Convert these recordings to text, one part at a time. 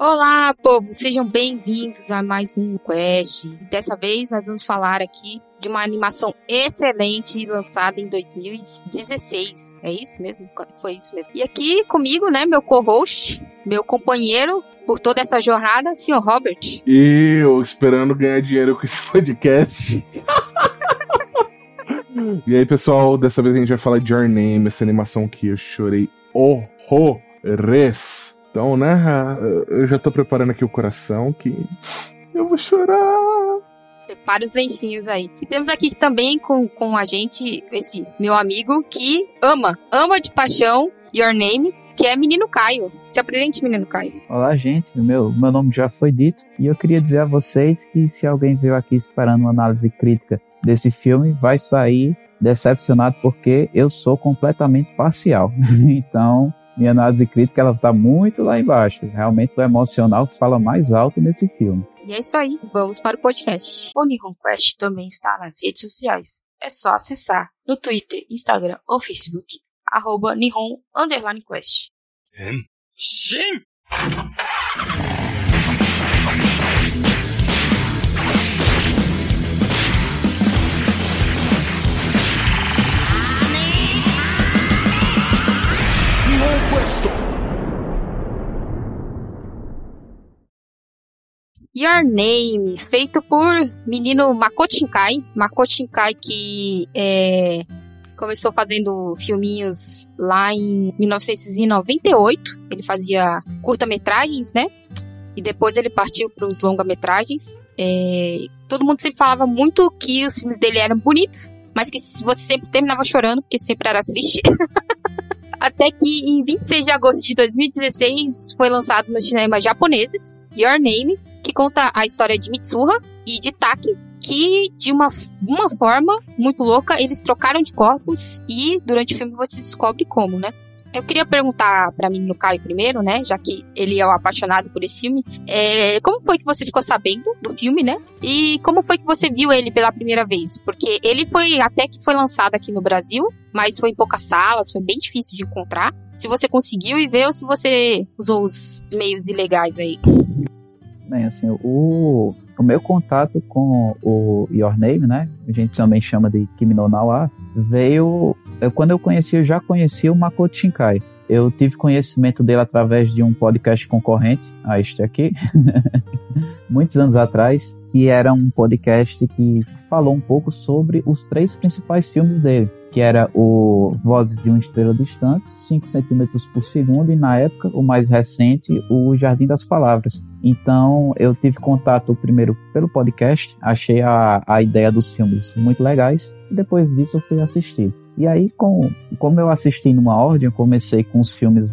Olá, povo! Sejam bem-vindos a mais um Quest. Dessa vez nós vamos falar aqui de uma animação excelente lançada em 2016. É isso mesmo? Foi isso mesmo. E aqui comigo, né, meu co-host, meu companheiro por toda essa jornada, senhor Robert. E eu esperando ganhar dinheiro com esse podcast. E aí, pessoal, dessa vez a gente vai falar de Your Name, essa animação que eu chorei horrores. Então, né, eu já tô preparando aqui o coração que eu vou chorar. Prepara os lencinhos aí. E temos aqui também com a gente esse meu amigo que ama de paixão Your Name, que é Menino Caio. Se apresente, Menino Caio. Olá, gente. Meu nome já foi dito. E eu queria dizer a vocês que se alguém veio aqui esperando uma análise crítica desse filme, vai sair decepcionado porque eu sou completamente parcial. Então, minha análise crítica ela tá muito lá embaixo. Realmente o emocional fala mais alto nesse filme. E é isso aí. Vamos para o podcast. O Nihon Quest também está nas redes sociais. É só acessar no Twitter, Instagram ou Facebook, @Nihon_Quest. Sim! Your Name, feito por menino Makoto Shinkai. Makoto Shinkai que começou fazendo filminhos lá em 1998. Ele fazia curta-metragens, né? E depois ele partiu para os longa-metragens. Todo mundo sempre falava muito que os filmes dele eram bonitos, mas que você sempre terminava chorando, porque sempre era triste. Até que em 26 de agosto de 2016 foi lançado nos cinemas japoneses Your Name, que conta a história de Mitsuha e de Taki, que de uma forma muito louca eles trocaram de corpos e durante o filme você descobre como, né? Eu queria perguntar pra mim no Caio primeiro, né? Já que ele é o apaixonado por esse filme. Como foi que você ficou sabendo do filme, né? E como foi que você viu ele pela primeira vez? Porque ele até que foi lançado aqui no Brasil, mas foi em poucas salas, foi bem difícil de encontrar. Se você conseguiu ir ver ou se você usou os meios ilegais aí. Bem, assim, o meu contato com o Your Name, né? A gente também chama de Kimi no Na wa, veio... Quando eu já conhecia o Makoto Shinkai. Eu tive conhecimento dele através de um podcast concorrente a este aqui, muitos anos atrás, que era um podcast que falou um pouco sobre os 3 principais filmes dele, que era o Vozes de uma Estrela Distante, 5 centímetros por segundo, e na época, o mais recente, o Jardim das Palavras. Então, eu tive contato primeiro pelo podcast, achei a ideia dos filmes muito legais, e depois disso eu fui assistir. E aí, como eu assisti numa ordem, eu comecei com os filmes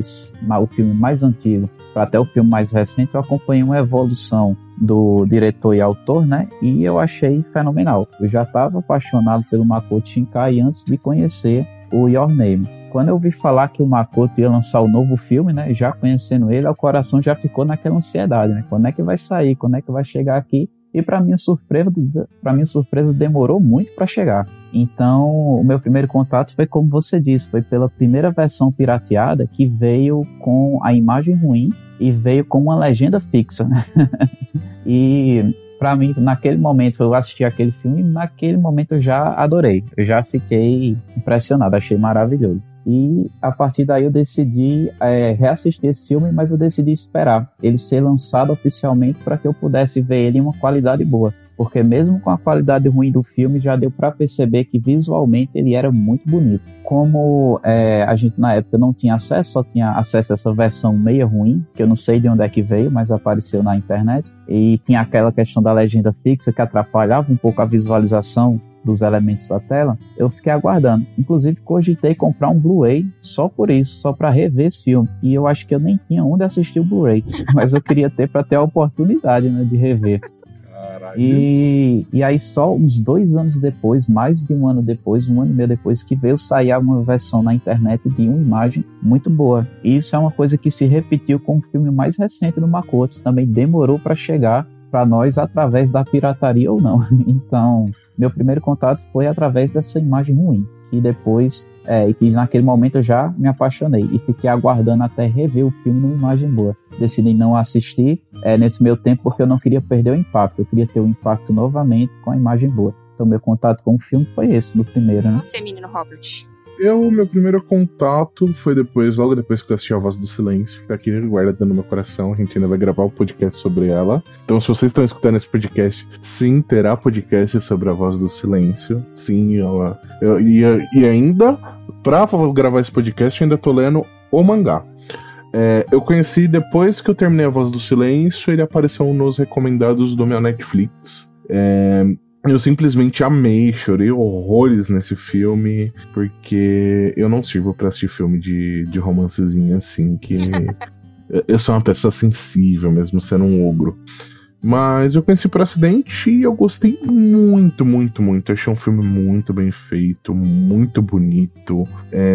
o filme mais antigo para até o filme mais recente, eu acompanhei uma evolução do diretor e autor, né? E eu achei fenomenal. Eu já estava apaixonado pelo Makoto Shinkai antes de conhecer o Your Name. Quando eu ouvi falar que o Makoto ia lançar o novo filme, né? Já conhecendo ele, o coração já ficou naquela ansiedade, né? Quando é que vai sair? Quando é que vai chegar aqui? E para minha surpresa, demorou muito para chegar. Então, o meu primeiro contato foi, como você disse, foi pela primeira versão pirateada que veio com a imagem ruim e veio com uma legenda fixa, né? E para mim, naquele momento, eu assisti aquele filme e naquele momento eu já adorei. Eu já fiquei impressionado, achei maravilhoso. E a partir daí eu decidi reassistir esse filme, mas eu decidi esperar ele ser lançado oficialmente para que eu pudesse ver ele em uma qualidade boa. Porque mesmo com a qualidade ruim do filme, já deu para perceber que visualmente ele era muito bonito. Como a gente na época não tinha acesso, só tinha acesso a essa versão meia ruim, que eu não sei de onde é que veio, mas apareceu na internet. E tinha aquela questão da legenda fixa que atrapalhava um pouco a visualização dos elementos da tela, eu fiquei aguardando. Inclusive, cogitei comprar um Blu-ray só por isso, só para rever esse filme. E eu acho que eu nem tinha onde assistir o Blu-ray, mas eu queria ter para ter a oportunidade, né, de rever. E aí só uns 2 anos depois, mais de um ano depois, 1 ano e meio depois, que veio sair uma versão na internet de uma imagem muito boa. E isso é uma coisa que se repetiu com o filme mais recente do Makoto, também demorou para chegar para nós através da pirataria ou não. Então, meu primeiro contato foi através dessa imagem ruim. E depois, e que naquele momento eu já me apaixonei. E fiquei aguardando até rever o filme numa imagem boa. Decidi não assistir nesse meu tempo porque eu não queria perder o impacto. Eu queria ter o impacto novamente com a imagem boa. Então, meu contato com o filme foi esse, do primeiro, né? Você, menino Robert? Meu primeiro contato foi logo depois que eu assisti A Voz do Silêncio, que tá aqui guardada no meu coração. A gente ainda vai gravar um podcast sobre ela. Então, se vocês estão escutando esse podcast, sim, terá podcast sobre A Voz do Silêncio. Sim, e ainda, pra gravar esse podcast, eu ainda tô lendo o mangá. Eu conheci depois que eu terminei A Voz do Silêncio, ele apareceu nos recomendados do meu Netflix. Eu simplesmente amei, chorei horrores nesse filme, porque eu não sirvo pra assistir filme de romancezinho assim, que eu sou uma pessoa sensível, mesmo sendo um ogro. Mas eu conheci por acidente e eu gostei muito, muito, muito. Eu achei um filme muito bem feito, muito bonito.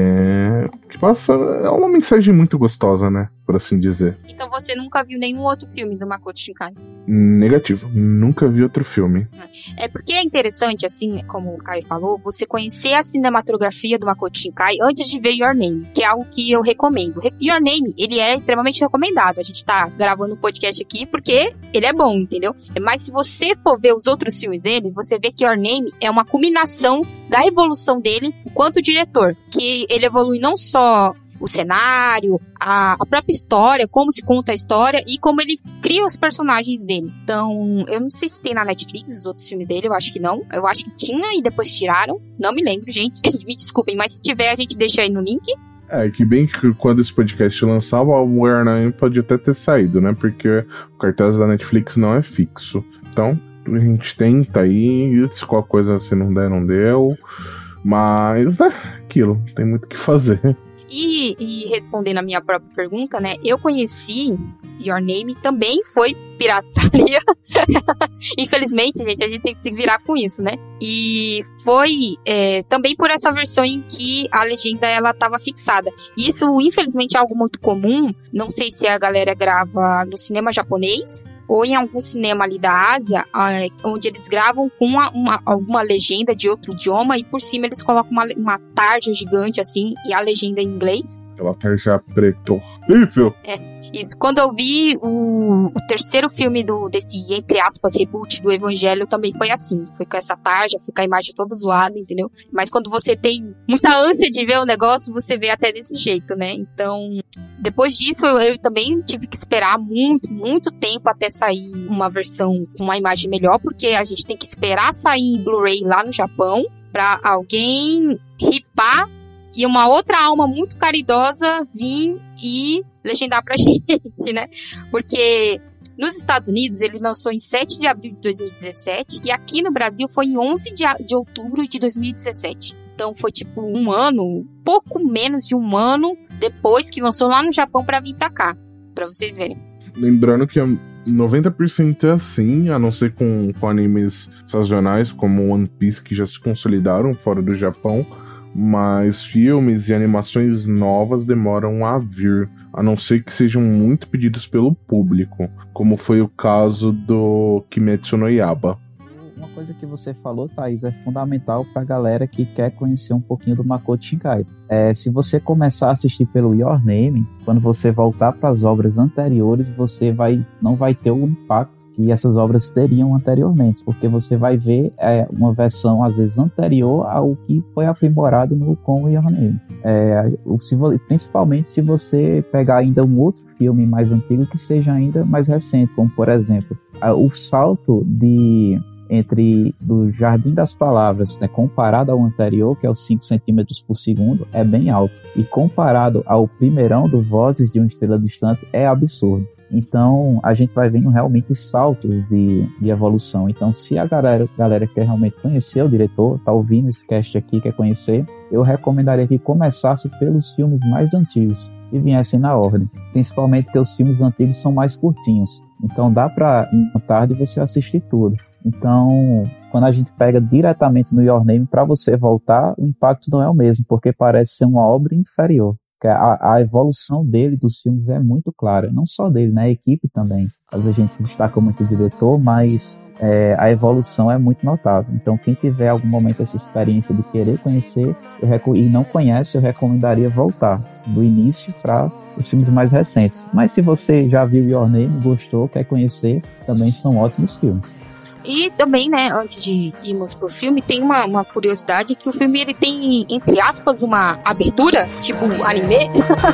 Que passa uma mensagem muito gostosa, né? Por assim dizer. Então você nunca viu nenhum outro filme do Makoto Shinkai? Negativo, nunca vi outro filme. É porque é interessante, assim, como o Caio falou, você conhecer a cinematografia do Makoto Shinkai antes de ver Your Name, que é algo que eu recomendo. Your Name, ele é extremamente recomendado. A gente tá gravando um podcast aqui porque ele é bom, entendeu? Mas se você for ver os outros filmes dele, você vê que Your Name é uma culminação da evolução dele enquanto diretor, que ele evolui não só o cenário, a própria história, como se conta a história e como ele cria os personagens dele. Então, eu não sei se tem na Netflix os outros filmes dele, eu acho que não. Eu acho que tinha e depois tiraram. Não me lembro, gente. Me desculpem, mas se tiver, a gente deixa aí no link. Que bem que quando esse podcast lançava, o Your Name pode até ter saído, né? Porque o cartaz da Netflix não é fixo. Então, a gente tenta aí, se qualquer coisa se não der, não deu. Mas, aquilo, tem muito o que fazer. E respondendo a minha própria pergunta, né? Eu conheci Your Name, também foi pirataria. Infelizmente, gente, a gente tem que se virar com isso, né? E foi também por essa versão em que a legenda ela estava fixada. Isso, infelizmente, é algo muito comum. Não sei se a galera grava no cinema japonês ou em algum cinema ali da Ásia, onde eles gravam com alguma legenda de outro idioma e por cima eles colocam uma tarja gigante assim e a legenda em inglês. Aquela tarja preta horrível. Isso. Quando eu vi o terceiro filme desse, entre aspas, reboot do Evangelho, também foi assim. Foi com essa tarja, foi com a imagem toda zoada, entendeu? Mas quando você tem muita ânsia de ver o negócio, você vê até desse jeito, né? Então, depois disso, eu também tive que esperar muito, muito tempo até sair uma versão com uma imagem melhor, porque a gente tem que esperar sair em Blu-ray lá no Japão pra alguém ripar e uma outra alma muito caridosa vir e legendar pra gente, né? Porque nos Estados Unidos ele lançou em 7 de abril de 2017 e aqui no Brasil foi em 11 de outubro de 2017. Então foi tipo um ano, pouco menos de um ano depois que lançou lá no Japão pra vir pra cá, pra vocês verem. Lembrando que 90% é assim, a não ser com animes sazonais como One Piece que já se consolidaram fora do Japão. Mas filmes e animações novas demoram a vir, a não ser que sejam muito pedidos pelo público, como foi o caso do Kimetsu no Yaiba. Uma coisa que você falou, Thaís, é fundamental pra galera que quer conhecer um pouquinho do Makoto Shinkai. Se você começar a assistir pelo Your Name, quando você voltar para as obras anteriores, você não vai ter o impacto que essas obras teriam anteriormente, porque você vai ver uma versão, às vezes, anterior ao que foi aprimorado com o Your Name. Principalmente se você pegar ainda um outro filme mais antigo que seja ainda mais recente, como, por exemplo, o salto do Jardim das Palavras, né, comparado ao anterior, que é os 5 centímetros por segundo, é bem alto. E comparado ao primeirão do Vozes de uma Estrela Distante, é absurdo. Então, a gente vai vendo realmente saltos de evolução. Então, se a galera quer realmente conhecer o diretor, tá ouvindo esse cast aqui, quer conhecer, eu recomendaria que começasse pelos filmes mais antigos e viessem na ordem. Principalmente que os filmes antigos são mais curtinhos. Então, dá pra, em uma tarde, você assistir tudo. Então, quando a gente pega diretamente no Your Name, para você voltar, o impacto não é o mesmo, porque parece ser uma obra inferior. A evolução dele dos filmes é muito clara, não só dele, né? A equipe também. a gente destaca muito o diretor, mas a evolução é muito notável. Então, quem tiver algum momento essa experiência de querer conhecer e não conhece, eu recomendaria voltar do início para os filmes mais recentes. Mas se você já viu Your Name, gostou, quer conhecer, também são ótimos filmes. E também, né, antes de irmos pro filme, tem uma curiosidade que o filme ele tem, entre aspas, uma abertura, tipo anime.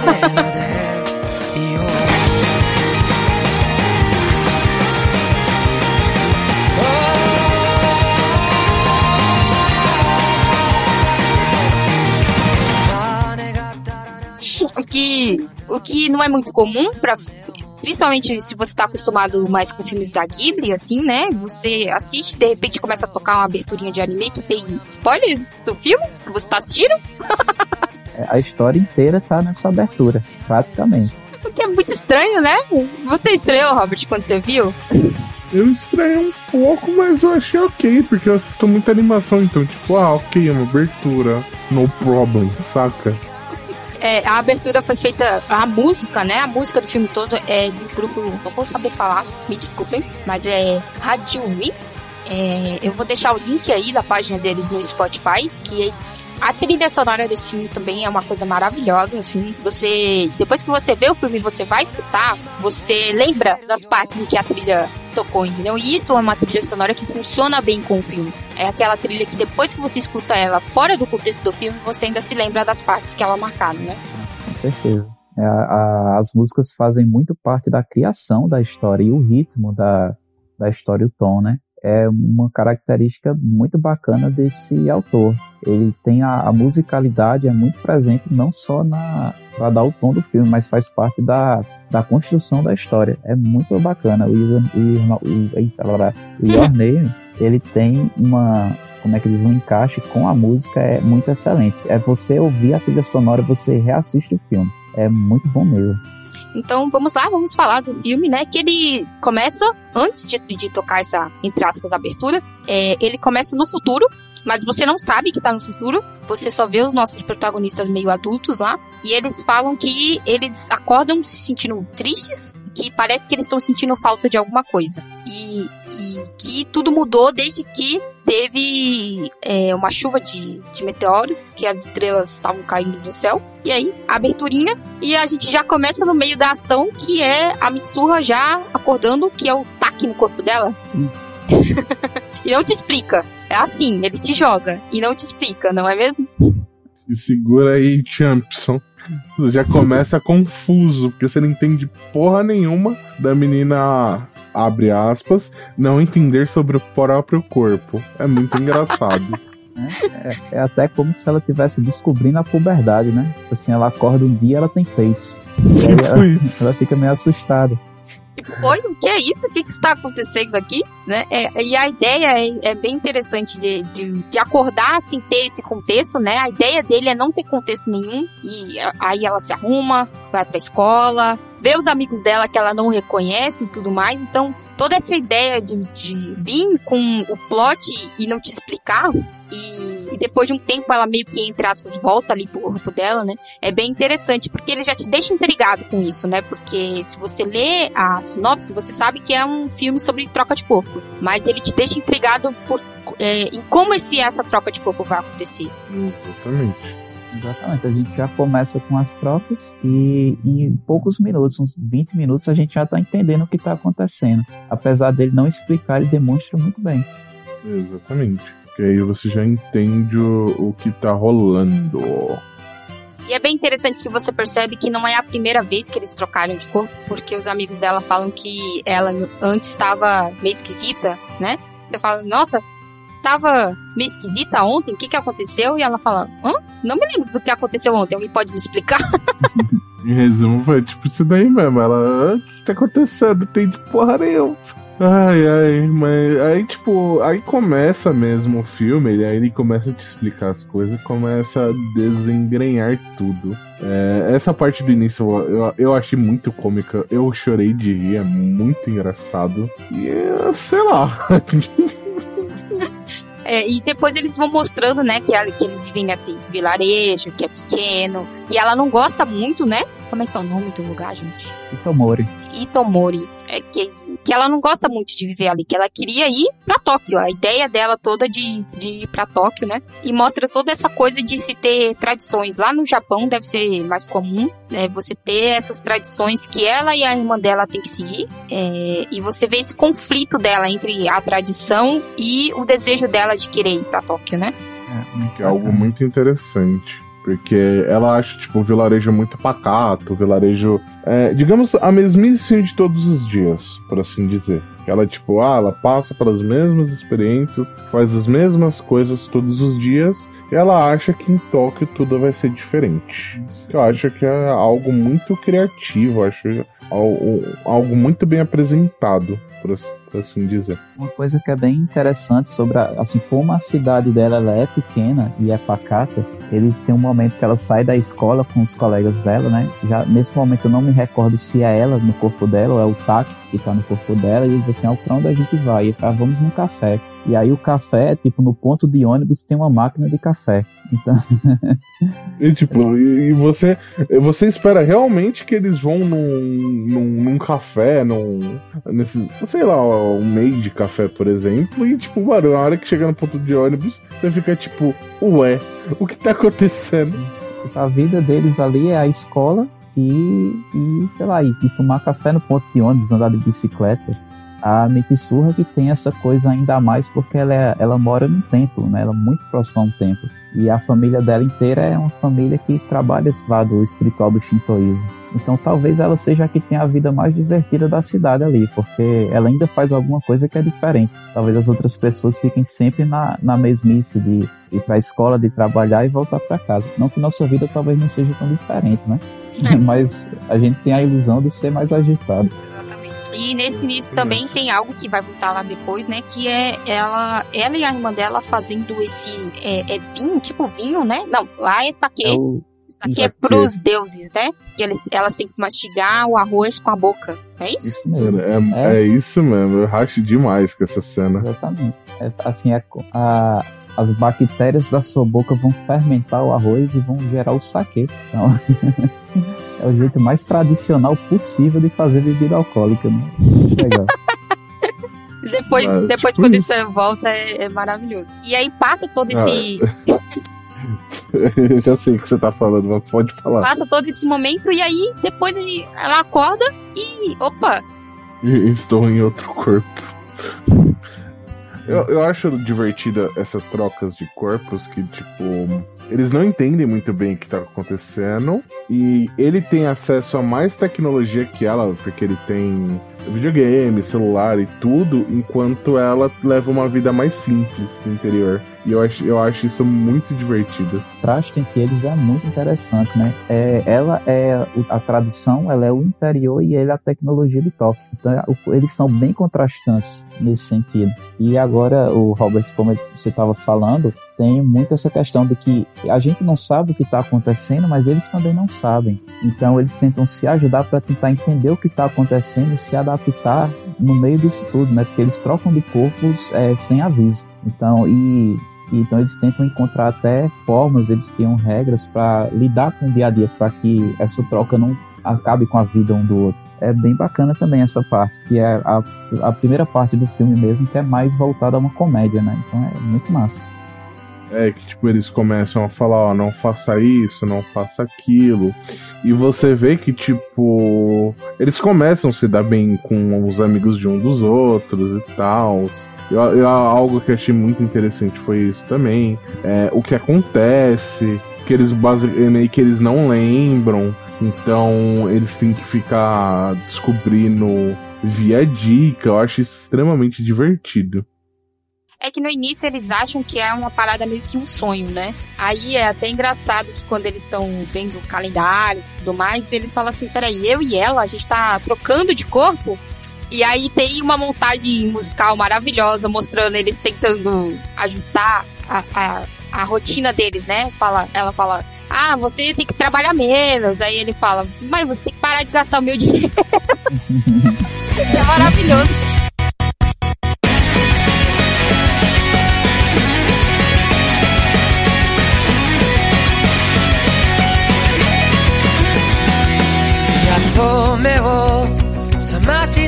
O que não é muito comum, principalmente se você tá acostumado mais com filmes da Ghibli, assim, né? Você assiste, de repente começa a tocar uma aberturinha de anime que tem spoilers do filme que você tá assistindo. A história inteira tá nessa abertura, praticamente. O que é muito estranho, né? Você estranhou, Robert, quando você viu? Eu estranhei um pouco, mas eu achei ok, porque eu assisto muita animação, então tipo, ok, é uma abertura, no problem, saca? A abertura foi feita, a música, né? A música do filme todo é do grupo, não vou saber falar, me desculpem, mas é Radio Mix. Eu vou deixar o link aí da página deles no Spotify, que a trilha sonora desse filme também é uma coisa maravilhosa, assim. Depois que você vê o filme, você vai escutar, você lembra das partes em que a trilha tocou, entendeu? E isso é uma trilha sonora que funciona bem com o filme. É aquela trilha que depois que você escuta ela fora do contexto do filme, você ainda se lembra das partes que ela marcaram, né? Com certeza. As músicas fazem muito parte da criação da história e o ritmo da história, o tom, né? É uma característica muito bacana desse autor. Ele tem a musicalidade, é muito presente não só para dar o tom do filme, mas faz parte da construção da história. É muito bacana. O Your Name, ele tem um encaixe com a música, é muito excelente. É você ouvir a trilha sonora, você reassiste o filme. É muito bom mesmo. Então vamos lá, vamos falar do filme, né? Que ele começa, antes de tocar essa, entre aspas, abertura, ele começa no futuro, mas você não sabe que tá no futuro, você só vê os nossos protagonistas meio adultos lá, e eles falam que eles acordam se sentindo tristes, que parece que eles estão sentindo falta de alguma coisa. E que tudo mudou desde que teve uma chuva de meteoros, que as estrelas estavam caindo do céu. E aí, a aberturinha, e a gente já começa no meio da ação, que é a Mitsuha já acordando, que é o taque no corpo dela. E não te explica. É assim, ele te joga e não te explica, não é mesmo? E segura aí, Champson. Você já começa confuso, porque você não entende porra nenhuma da menina, abre aspas, não entender sobre o próprio corpo. É muito engraçado. É até como se ela estivesse descobrindo a puberdade, né? Assim, ela acorda um dia e ela tem peitos. E aí ela fica meio assustada. Oi, o que é isso? O que está acontecendo aqui? Né? E a ideia é bem interessante de acordar sem ter esse contexto, né? A ideia dele é não ter contexto nenhum. E aí ela se arruma, vai pra escola, vê os amigos dela que ela não reconhece e tudo mais. Então, toda essa ideia de vir com o plot e não te explicar, e depois de um tempo ela meio que, entre aspas, volta ali pro corpo dela, né? É bem interessante, porque ele já te deixa intrigado com isso, né? Porque se você lê a sinopse, você sabe que é um filme sobre troca de corpo. Mas ele te deixa intrigado em como essa troca de corpo vai acontecer. Exatamente, a gente já começa com as trocas e em poucos minutos, uns 20 minutos, a gente já tá entendendo o que tá acontecendo. Apesar dele não explicar, ele demonstra muito bem. Exatamente. Que aí você já entende o que tá rolando. E é bem interessante que você percebe que não é a primeira vez que eles trocaram de corpo, porque os amigos dela falam que ela antes estava meio esquisita, né? Você fala, nossa, estava meio esquisita ontem, o que aconteceu? E ela fala, não me lembro do que aconteceu ontem, alguém pode me explicar? Em resumo, foi tipo isso daí mesmo. Ela, o que tá acontecendo? Tem de porra nenhuma. Mas aí tipo, aí começa mesmo o filme, aí ele começa a te explicar as coisas, começa a desengrenhar tudo. Essa parte do início eu achei muito cômica, eu chorei de rir, é muito engraçado. E sei lá. E depois eles vão mostrando, né, que eles vivem nesse vilarejo, que é pequeno, e ela não gosta muito, né? Como é que é o nome do lugar, gente? Itomori. Itomori. que ela não gosta muito de viver ali, que ela queria ir pra Tóquio. A ideia dela toda de ir pra Tóquio, né? E mostra toda essa coisa de se ter tradições. Lá no Japão deve ser mais comum, né? Você ter essas tradições que ela e a irmã dela têm que seguir. E você vê esse conflito dela entre a tradição e o desejo dela de querer ir pra Tóquio, né? Que é algo muito interessante. Porque ela acha, tipo, o vilarejo muito pacato, o vilarejo... digamos, a mesmice de todos os dias, por assim dizer. Ela, tipo, ela passa pelas mesmas experiências, faz as mesmas coisas todos os dias, e ela acha que em Tóquio tudo vai ser diferente. Eu acho que é algo muito criativo, acho algo muito bem apresentado, por assim dizer. Uma coisa que é bem interessante sobre, assim, como a cidade dela ela é pequena e é pacata, eles têm um momento que ela sai da escola com os colegas dela, né? Já nesse momento eu não me recordo se é ela no corpo dela ou é o Taki que tá no corpo dela, e eles dizem assim, pra onde a gente vai? E fala, vamos num café. E aí o café, tipo, no ponto de ônibus tem uma máquina de café. Então... E tipo, e você espera realmente que eles vão num café, nesse, sei lá, um meio de café, por exemplo, e tipo, mano, na hora que chega no ponto de ônibus, você fica tipo, ué, o que tá acontecendo? A vida deles ali é a escola e sei lá, e tomar café no ponto de ônibus, andar de bicicleta. A Mitsuha que tem essa coisa ainda mais porque ela mora num templo, né? Ela é muito próxima a um templo. E a família dela inteira é uma família que trabalha esse lado espiritual do Shintoísmo. Então talvez ela seja a que tem a vida mais divertida da cidade ali, porque ela ainda faz alguma coisa que é diferente. Talvez as outras pessoas fiquem sempre na mesmice de ir pra escola, de trabalhar e voltar pra casa. Não que nossa vida talvez não seja tão diferente, né? Mas a gente tem a ilusão de ser mais agitado. E nesse início também tem algo que vai voltar lá depois, né? Que é ela e a irmã dela fazendo esse vinho, tipo vinho, né? Não, lá esse aqui é pros deuses, né? Que elas têm que mastigar o arroz com a boca. É isso? Isso mesmo. É isso mesmo. Eu racho demais com essa cena. Exatamente. Assim, as bactérias da sua boca vão fermentar o arroz e vão gerar o saquê. Então... É o jeito mais tradicional possível de fazer bebida alcoólica, né? Legal. Depois quando isso volta, é maravilhoso. E aí passa todo esse... Eu já sei o que você tá falando, mas pode falar. Passa todo esse momento e aí depois ela acorda e... Opa! Estou em outro corpo. Eu acho divertida essas trocas de corpos que, tipo... Eles não entendem muito bem o que tá acontecendo. E ele tem acesso a mais tecnologia que ela, porque ele tem videogame, celular e tudo, enquanto ela leva uma vida mais simples no interior. E eu acho isso muito divertido. O contraste entre eles é muito interessante, né? Ela é a tradição, ela é o interior e ele é a tecnologia de Tóquio. Então eles são bem contrastantes nesse sentido. E agora, o Robert, como você estava falando, tem muito essa questão de que a gente não sabe o que está acontecendo, mas eles também não sabem. Então eles tentam se ajudar para tentar entender o que está acontecendo e se adaptar no meio disso tudo, né? Porque eles trocam de corpos sem aviso. Então eles tentam encontrar até formas, eles criam regras para lidar com o dia a dia, para que essa troca não acabe com a vida um do outro. É bem bacana também essa parte, que é a primeira parte do filme mesmo, que é mais voltada a uma comédia, né? Então é muito massa. Que tipo, eles começam a falar, ó, não faça isso, não faça aquilo. E você vê que, tipo, eles começam a se dar bem com os amigos de um dos outros e tal. Algo que eu achei muito interessante foi isso também. O que acontece, que eles não lembram. Então eles têm que ficar descobrindo via dica. Eu acho isso extremamente divertido. É que no início eles acham que é uma parada meio que um sonho, né? Aí é até engraçado que quando eles estão vendo calendários e tudo mais, eles falam assim, peraí, eu e ela, a gente tá trocando de corpo? E aí tem uma montagem musical maravilhosa mostrando eles tentando ajustar a rotina deles, né? Ela fala, você tem que trabalhar menos. Aí ele fala, mas você tem que parar de gastar o meu dinheiro. É maravilhoso.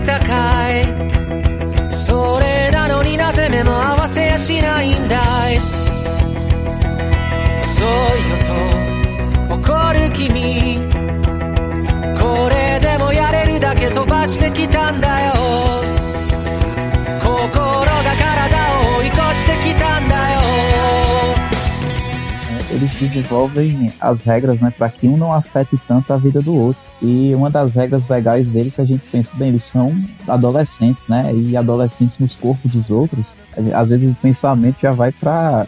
たかいそれなのになぜ目も合わせやしないんだい遅いよと怒る君これでもやれるだけ飛ばしてきたんだよ心が体を追い越してきたんだよ Eles desenvolvem as regras, né, para que um não afete tanto a vida do outro. E uma das regras legais dele que a gente pensa, bem, eles são adolescentes, né, e adolescentes nos corpos dos outros, às vezes o pensamento já vai para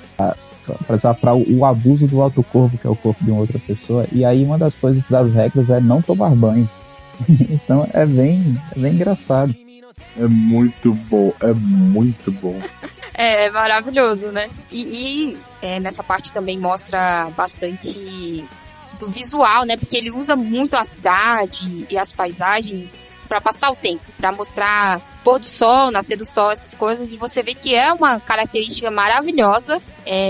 o abuso do outro corpo, que é o corpo de uma outra pessoa. E aí uma das coisas das regras é não tomar banho. Então é bem engraçado. É muito bom, é muito bom. É maravilhoso, né? E nessa parte também mostra bastante do visual, né? Porque ele usa muito a cidade e as paisagens para passar o tempo, para mostrar pôr do sol, nascer do sol, essas coisas. E você vê que é uma característica maravilhosa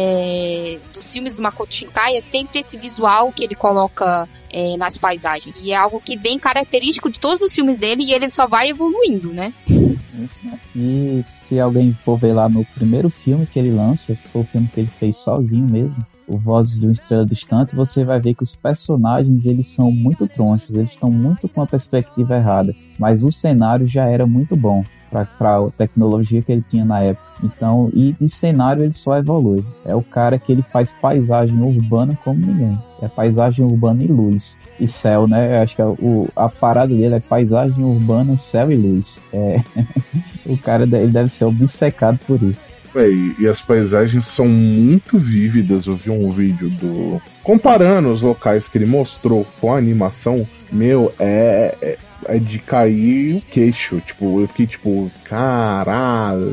dos filmes do Makoto Shinkai, é sempre esse visual que ele coloca nas paisagens. E é algo que é bem característico de todos os filmes dele e ele só vai evoluindo, né? Isso, né? E se alguém for ver lá no primeiro filme que ele lança, que foi o filme que ele fez sozinho mesmo, o Vozes de uma Estrela Distante, você vai ver que os personagens, eles são muito tronchos, eles estão muito com a perspectiva errada, mas o cenário já era muito bom para a tecnologia que ele tinha na época. Então, e de cenário ele só evolui. É o cara que ele faz paisagem urbana como ninguém. É paisagem urbana e luz. E céu, né? Eu acho que a parada dele é paisagem urbana, céu e luz. O cara ele deve ser obcecado por isso. E as paisagens são muito vívidas. Eu vi um vídeo comparando os locais que ele mostrou com a animação. Meu, é de cair o queixo. Tipo, eu fiquei tipo, caralho.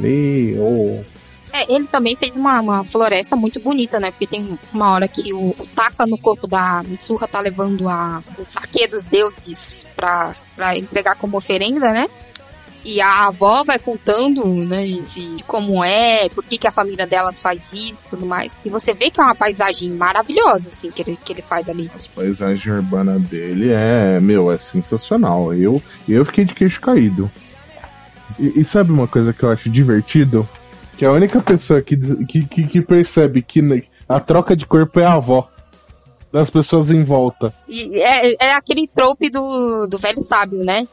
Ele também fez uma floresta muito bonita, né? Porque tem uma hora que o Taka no corpo da Mitsuha tá levando o saque dos deuses pra entregar como oferenda, né? E a avó vai contando, né, de como por que a família delas faz isso e tudo mais. E você vê que é uma paisagem maravilhosa, assim, que ele faz ali. As paisagens urbanas dele é sensacional. Eu fiquei de queixo caído. E sabe uma coisa que eu acho divertido? Que a única pessoa que percebe que a troca de corpo é a avó das pessoas em volta. E é aquele trope do velho sábio, né?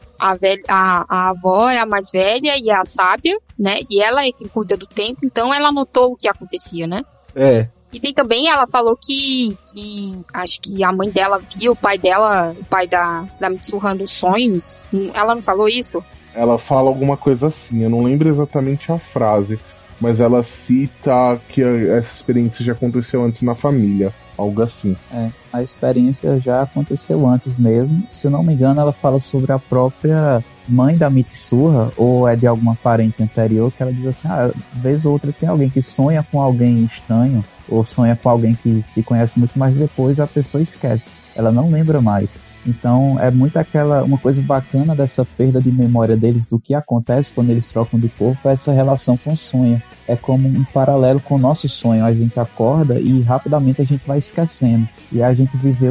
A avó é a mais velha e é a sábia, né? E ela é quem cuida do tempo, então ela notou o que acontecia, né? É. E tem também, ela falou que acho que a mãe dela via o pai da Mitsuha nos sonhos. Ela não falou isso? Ela fala alguma coisa assim, eu não lembro exatamente a frase, mas ela cita que essa experiência já aconteceu antes na família. Algo assim. A experiência já aconteceu antes mesmo. Se eu não me engano, ela fala sobre a própria mãe da Mitsuha, ou é de alguma parente anterior, que ela diz assim, vez ou outra tem alguém que sonha com alguém estranho, ou sonha com alguém que se conhece muito, mas depois a pessoa esquece. Ela não lembra mais. Então é muito uma coisa bacana dessa perda de memória deles, do que acontece quando eles trocam de corpo, essa relação com o sonho. É como um paralelo com o nosso sonho. A gente acorda e rapidamente a gente vai esquecendo. E a gente viveu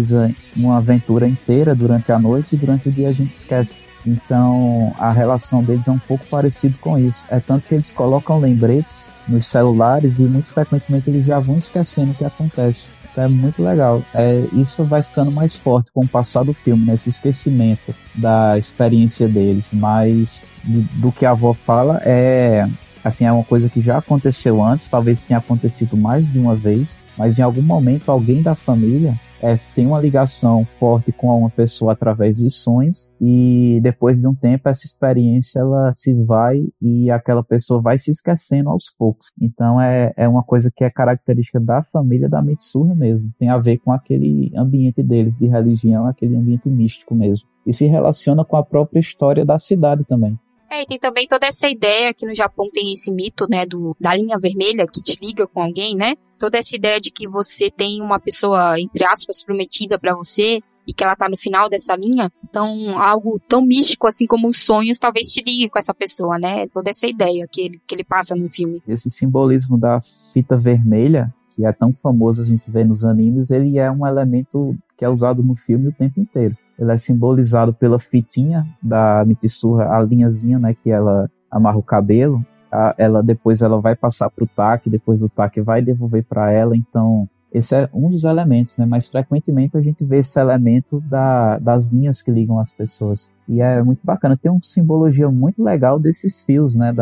uma aventura inteira durante a noite, e durante o dia a gente esquece. Então a relação deles é um pouco parecido com isso. É tanto que eles colocam lembretes nos celulares e muito frequentemente eles já vão esquecendo o que acontece. Então é muito legal. Isso vai ficando mais forte com o passar do filme, né? Esse esquecimento da experiência deles. Mas do que a avó fala assim, é uma coisa que já aconteceu antes, talvez tenha acontecido mais de uma vez, mas em algum momento alguém da família tem uma ligação forte com uma pessoa através de sonhos, e depois de um tempo essa experiência ela se esvai e aquela pessoa vai se esquecendo aos poucos. Então é uma coisa que é característica da família da Mitsuha mesmo, tem a ver com aquele ambiente deles de religião, aquele ambiente místico mesmo, e se relaciona com a própria história da cidade também. E tem também toda essa ideia que no Japão tem esse mito, né, da linha vermelha que te liga com alguém, né? Toda essa ideia de que você tem uma pessoa, entre aspas, prometida pra você e que ela tá no final dessa linha. Então, algo tão místico assim como os sonhos talvez te ligue com essa pessoa, né? Toda essa ideia que ele passa no filme. Esse simbolismo da fita vermelha, que é tão famoso a gente vê nos animes, ele é um elemento que é usado no filme o tempo inteiro. Ele é simbolizado pela fitinha da Mitsuha, a linhazinha, né, que ela amarra o cabelo. Depois ela vai passar pro Taki, depois o Taki vai devolver para ela. Então, esse é um dos elementos, né? Mas frequentemente a gente vê esse elemento das linhas que ligam as pessoas. E é muito bacana. Tem uma simbologia muito legal desses fios, né?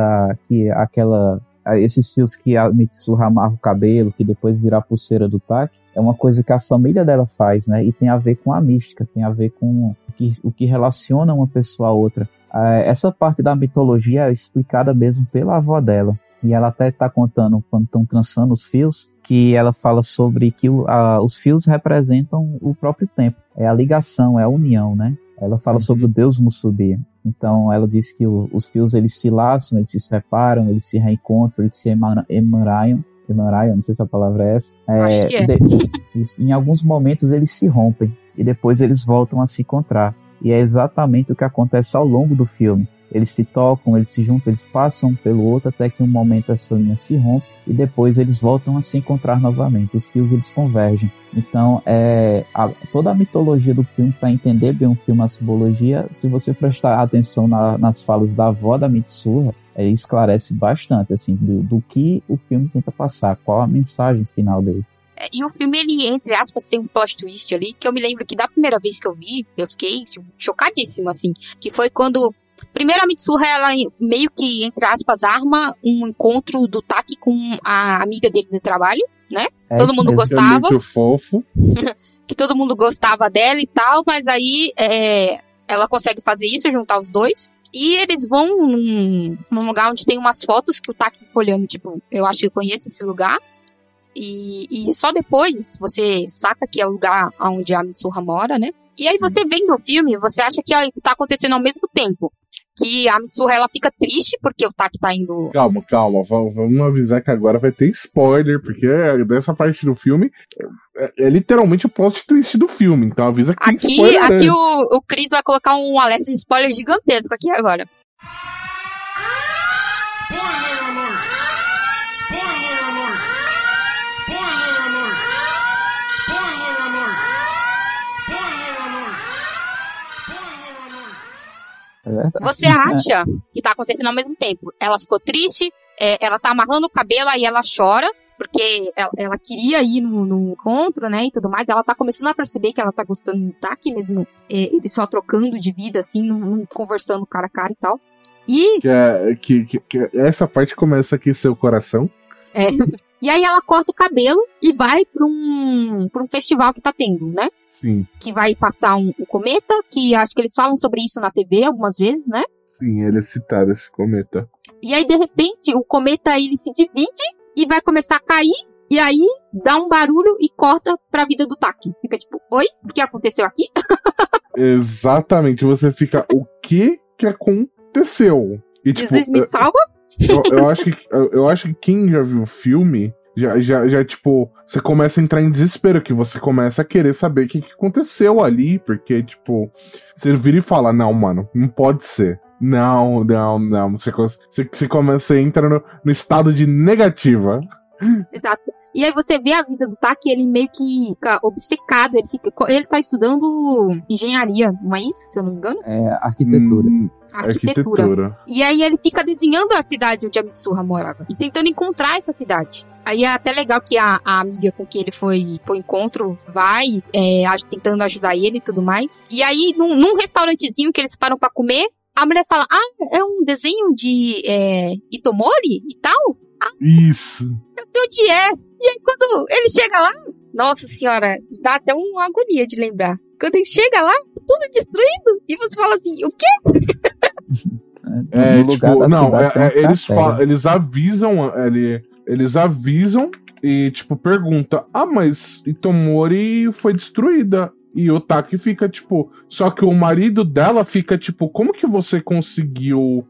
Esses fios que a Mitsuha amarra o cabelo, que depois vira a pulseira do Taki. É uma coisa que a família dela faz, né? E tem a ver com a mística, tem a ver com o que relaciona uma pessoa a outra. Essa parte da mitologia é explicada mesmo pela avó dela. E ela até está contando, quando estão trançando os fios, que ela fala sobre que os fios representam o próprio tempo. É a ligação, é a união, né? Ela fala sobre o deus Musubi. Então ela diz que os fios eles se laçam, eles se separam, eles se reencontram, eles se emanraiam, não sei se a palavra é essa. Acho que é. Em alguns momentos eles se rompem e depois eles voltam a se encontrar. E é exatamente o que acontece ao longo do filme. Eles se tocam, eles se juntam, eles passam um pelo outro até que um momento essa linha se rompe e depois eles voltam a se encontrar novamente. Os fios eles convergem. Então, toda a mitologia do filme, para entender bem o filme, a simbologia, se você prestar atenção nas falas da avó da Mitsuha, esclarece bastante assim, do que o filme tenta passar, qual a mensagem final dele. E o filme, ele, entre aspas, tem um plot twist ali, que eu me lembro que da primeira vez que eu vi, eu fiquei chocadíssima, assim, que foi quando... Primeiro a Mitsuha, ela meio que, entre aspas, arma um encontro do Taki com a amiga dele do trabalho, né? Todo mundo gostava. É muito fofo. Que todo mundo gostava dela e tal, mas aí ela consegue fazer isso, juntar os dois. E eles vão num lugar onde tem umas fotos que o Taki fica olhando, tipo, eu acho que eu conheço esse lugar. E só depois você saca que é o lugar onde a Mitsuha mora, né? E aí você vendo o filme, você acha que tá acontecendo ao mesmo tempo. Que a Mitsuha, ela fica triste porque o Taki tá indo... Calma. Vamos avisar que agora vai ter spoiler, porque dessa parte do filme é literalmente o plot twist do filme. Então avisa que tem spoiler. Aqui o Chris vai colocar um alerta de spoiler gigantesco aqui agora. Você acha que tá acontecendo ao mesmo tempo. Ela ficou triste, ela tá amarrando o cabelo, aí ela chora, porque ela queria ir no encontro, né, e tudo mais. Ela tá começando a perceber que ela tá gostando do Taki mesmo, eles só trocando de vida, assim, não conversando cara a cara e tal. E... Que essa parte começa aqui, seu coração. E aí ela corta o cabelo e vai pra um festival que tá tendo, né? Sim. Que vai passar um cometa, que acho que eles falam sobre isso na TV algumas vezes, né? Sim, ele é citado, esse cometa. E aí, de repente, o cometa ele se divide e vai começar a cair, e aí dá um barulho e corta pra vida do Taki. Fica tipo, oi? O que aconteceu aqui? Exatamente, você fica, o que aconteceu? E, Jesus me salva? Eu acho que quem já viu o filme... Já, tipo, você começa a entrar em desespero, que você começa a querer saber o que aconteceu ali, porque, tipo, você vira e fala, não, mano, não pode ser. Não. Você entra no estado de negativa. Exato. E aí você vê a vida do Taki, ele meio que fica obcecado, ele tá estudando engenharia, não é isso, se eu não me engano? Arquitetura. Arquitetura. E aí ele fica desenhando a cidade onde a Mitsuha morava, e tentando encontrar essa cidade. Aí é até legal que a amiga com quem ele foi pro encontro vai, tentando ajudar ele e tudo mais. E aí, num restaurantezinho que eles param pra comer, a mulher fala, é um desenho de Itomori e tal? Isso. Eu sei onde é. E aí quando ele chega lá, nossa senhora, dá até uma agonia de lembrar. Quando ele chega lá, tudo destruído, e você fala assim, o quê? Eles avisam e, tipo, pergunta, mas Itomori foi destruída. E o Taki fica, tipo, só que o marido dela fica, tipo, como que você conseguiu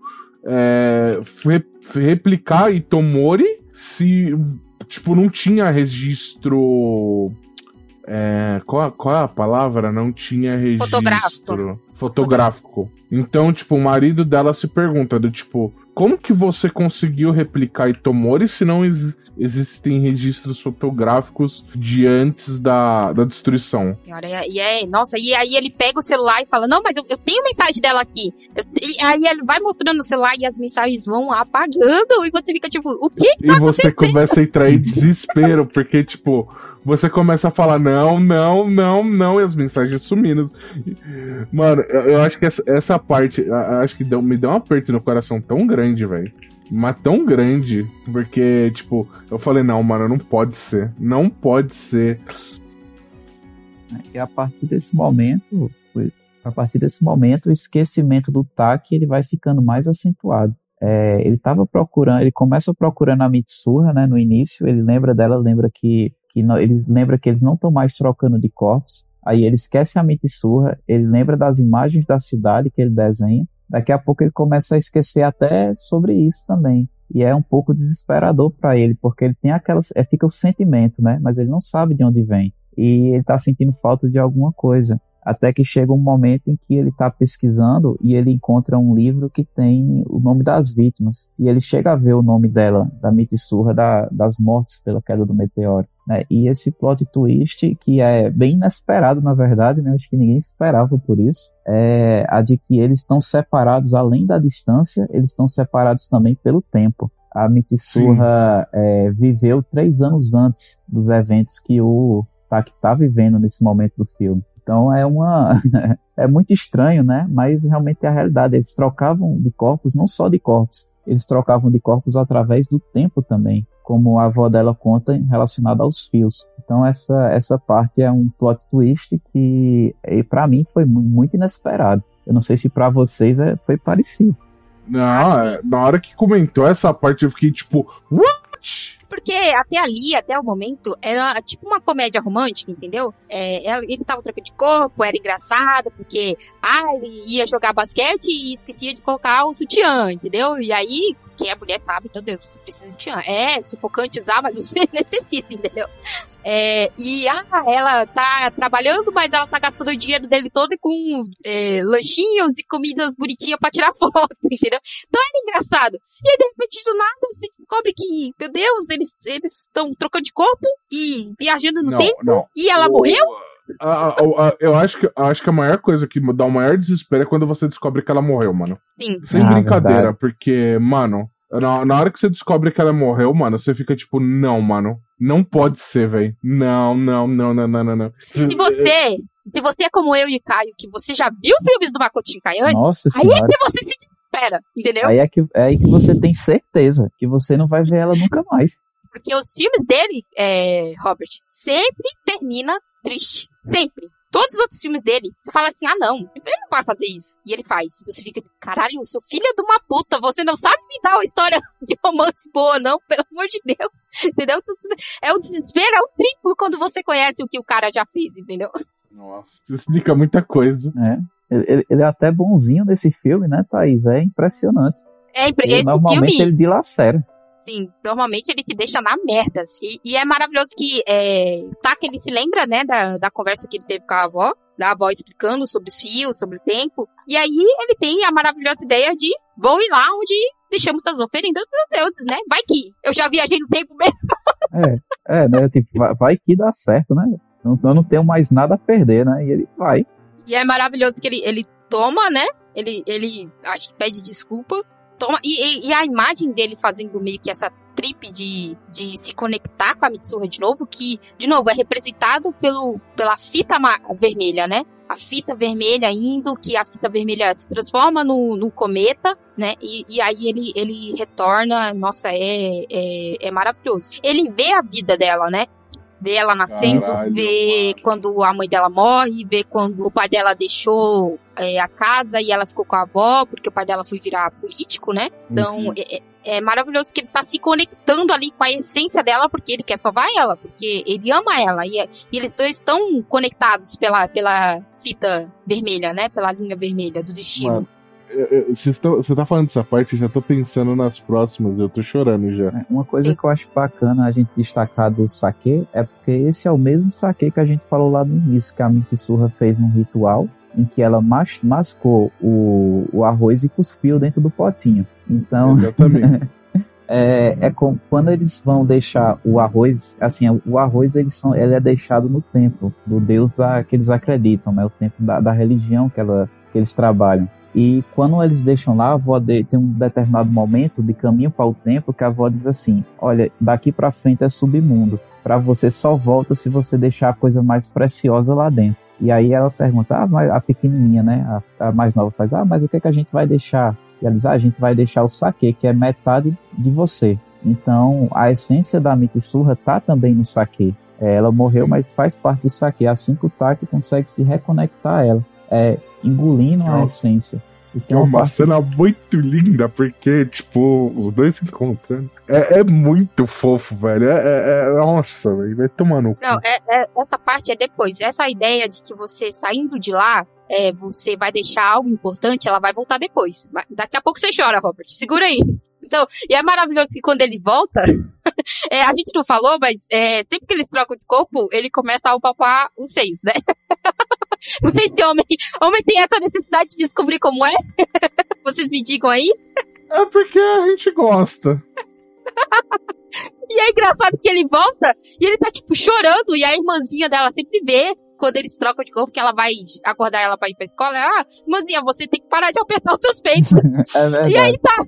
replicar Itomori se, tipo, não tinha registro... qual é a palavra? Não tinha registro... Fotográfico. Então, tipo, o marido dela se pergunta, do tipo, como que você conseguiu replicar Itomori se não existem registros fotográficos de antes da destruição? Nossa, e aí ele pega o celular e fala, não, mas eu tenho mensagem dela aqui. E aí ele vai mostrando no celular e as mensagens vão apagando e você fica tipo, o que tá acontecendo? E você começa a entrar em desespero, porque tipo, você começa a falar não, e as mensagens sumindo. Mano, eu acho que essa parte, acho que me deu um aperto no coração tão grande, velho. Mas tão grande, porque, tipo, eu falei, não, mano, não pode ser. Não pode ser. E a partir desse momento, o esquecimento do Taki, ele vai ficando mais acentuado. Ele começa procurando a Mitsuha, né, no início, ele lembra dela, ele lembra que eles não estão mais trocando de corpos, aí ele esquece a Mitsuha, ele lembra das imagens da cidade que ele desenha, daqui a pouco ele começa a esquecer até sobre isso também, e é um pouco desesperador para ele, porque ele tem fica o sentimento, né, mas ele não sabe de onde vem, e ele tá sentindo falta de alguma coisa. Até que chega um momento em que ele está pesquisando e ele encontra um livro que tem o nome das vítimas. E ele chega a ver o nome dela, da Mitsuha, das mortes pela queda do meteoro. Né? E esse plot twist, que é bem inesperado, na verdade, né? Acho que ninguém esperava por isso, é a de que eles estão separados, além da distância, eles estão separados também pelo tempo. A Mitsuha viveu 3 anos antes dos eventos que o Taki está vivendo nesse momento do filme. Então é muito estranho, né? Mas realmente é a realidade. Eles trocavam de corpos, não só de corpos, eles trocavam de corpos através do tempo também, como a avó dela conta relacionado aos fios. Então essa parte é um plot twist que para mim foi muito inesperado. Eu não sei se para vocês foi parecido. Não, na hora que comentou essa parte eu fiquei tipo, what? Porque até o momento, era tipo uma comédia romântica, entendeu? Eles estavam trocando de corpo, era engraçado, porque ele ia jogar basquete e esquecia de colocar o sutiã, entendeu? E aí, quem a mulher sabe, meu Deus, você precisa de sutiã. É sufocante usar, mas você necessita, entendeu? Ela tá trabalhando, mas ela tá gastando o dinheiro dele todo com lanchinhos e comidas bonitinhas pra tirar foto, entendeu? Então era engraçado. E aí, de repente, do nada, você descobre que, meu Deus, eles estão trocando de corpo e viajando no tempo, e ela morreu? Eu acho que a maior coisa que dá o maior desespero é quando você descobre que ela morreu, mano. Sim. Sem brincadeira, verdade. Porque, mano, na hora que você descobre que ela morreu, mano, você fica tipo, não, mano, não pode ser, velho. Não. Se você é como eu e o Caio, que você já viu filmes do Makoto Shinkai antes, Nossa aí senhora. é que você se desespera, entendeu? Aí é aí que você tem certeza que você não vai ver ela nunca mais. Porque os filmes dele, Robert, sempre termina triste. Sempre. Todos os outros filmes dele, você fala assim, não, ele não vai fazer isso. E ele faz. Você fica, caralho, seu filho é de uma puta, você não sabe me dar uma história de romance boa, não, pelo amor de Deus. Entendeu? É o desespero, é o triplo quando você conhece o que o cara já fez, entendeu? Nossa, isso explica muita coisa. Ele é até bonzinho nesse filme, né, Thaís? É impressionante. Esse normalmente filme... ele dilacera. Sim, normalmente ele te deixa na merda. E é maravilhoso que ele se lembra, né, da conversa que ele teve com a avó, da avó explicando sobre os fios, sobre o tempo. E aí ele tem a maravilhosa ideia de vou ir lá onde deixamos as oferendas para os deuses, né? Vai que eu já viajei no tempo mesmo. Né? Tipo, vai que dá certo, né? Eu não tenho mais nada a perder, né? E ele vai. E é maravilhoso que ele toma, né? Ele acho que pede desculpa. Toma, e a imagem dele fazendo meio que essa trip de se conectar com a Mitsuha de novo, que, de novo, é representado pela fita vermelha, né? A fita vermelha indo, que a fita vermelha se transforma no cometa, né? E aí ele retorna, nossa, é maravilhoso. Ele vê a vida dela, né? Vê ela nascendo, vê quando a mãe dela morre, vê quando o pai dela deixou a casa e ela ficou com a avó, porque o pai dela foi virar político, né? Então, é maravilhoso que ele tá se conectando ali com a essência dela, porque ele quer salvar ela, porque ele ama ela. E eles dois estão conectados pela fita vermelha, né? Pela linha vermelha do destino. Mano, você tá falando dessa parte, eu já tô pensando nas próximas, eu tô chorando já. Uma coisa Sim. que eu acho bacana a gente destacar do sake é porque esse é o mesmo sake que a gente falou lá no início, que a Mitsuha fez um ritual em que ela mascou o arroz e cuspiu dentro do potinho. Então, exatamente. Quando eles vão deixar o arroz, assim, o arroz ele é deixado no templo do Deus que eles acreditam, né? O templo da religião que eles trabalham. E quando eles deixam lá, a avó tem um determinado momento de caminho para o templo que a avó diz assim: olha, daqui para frente é submundo, para você só volta se você deixar a coisa mais preciosa lá dentro. E aí ela pergunta, mas a pequenininha, né, a mais nova faz, mas o que a gente vai deixar? E ela diz, a gente vai deixar o saquê, que é metade de você. Então, a essência da Mitsurra tá também no saquê. Ela morreu, sim, mas faz parte do saquê. Assim que o Taki consegue se reconectar a ela, engolindo a essência. É uma cena muito linda, porque, tipo, os dois se encontrando. É muito fofo, velho. Nossa, velho, vai tomar no cu. Não, essa parte é depois. Essa ideia de que você saindo de lá, você vai deixar algo importante, ela vai voltar depois. Daqui a pouco você chora, Robert. Segura aí. Então, e é maravilhoso que quando ele volta, a gente não falou, mas sempre que eles trocam de corpo, ele começa a palpar os seios, né? Não sei se homem tem essa necessidade de descobrir como é. Vocês me digam aí. É porque a gente gosta. E é engraçado que ele volta e ele tá, tipo, chorando. E a irmãzinha dela sempre vê quando eles trocam de corpo, que ela vai acordar ela pra ir pra escola. Irmãzinha, você tem que parar de apertar os seus peitos. É verdade. E aí tá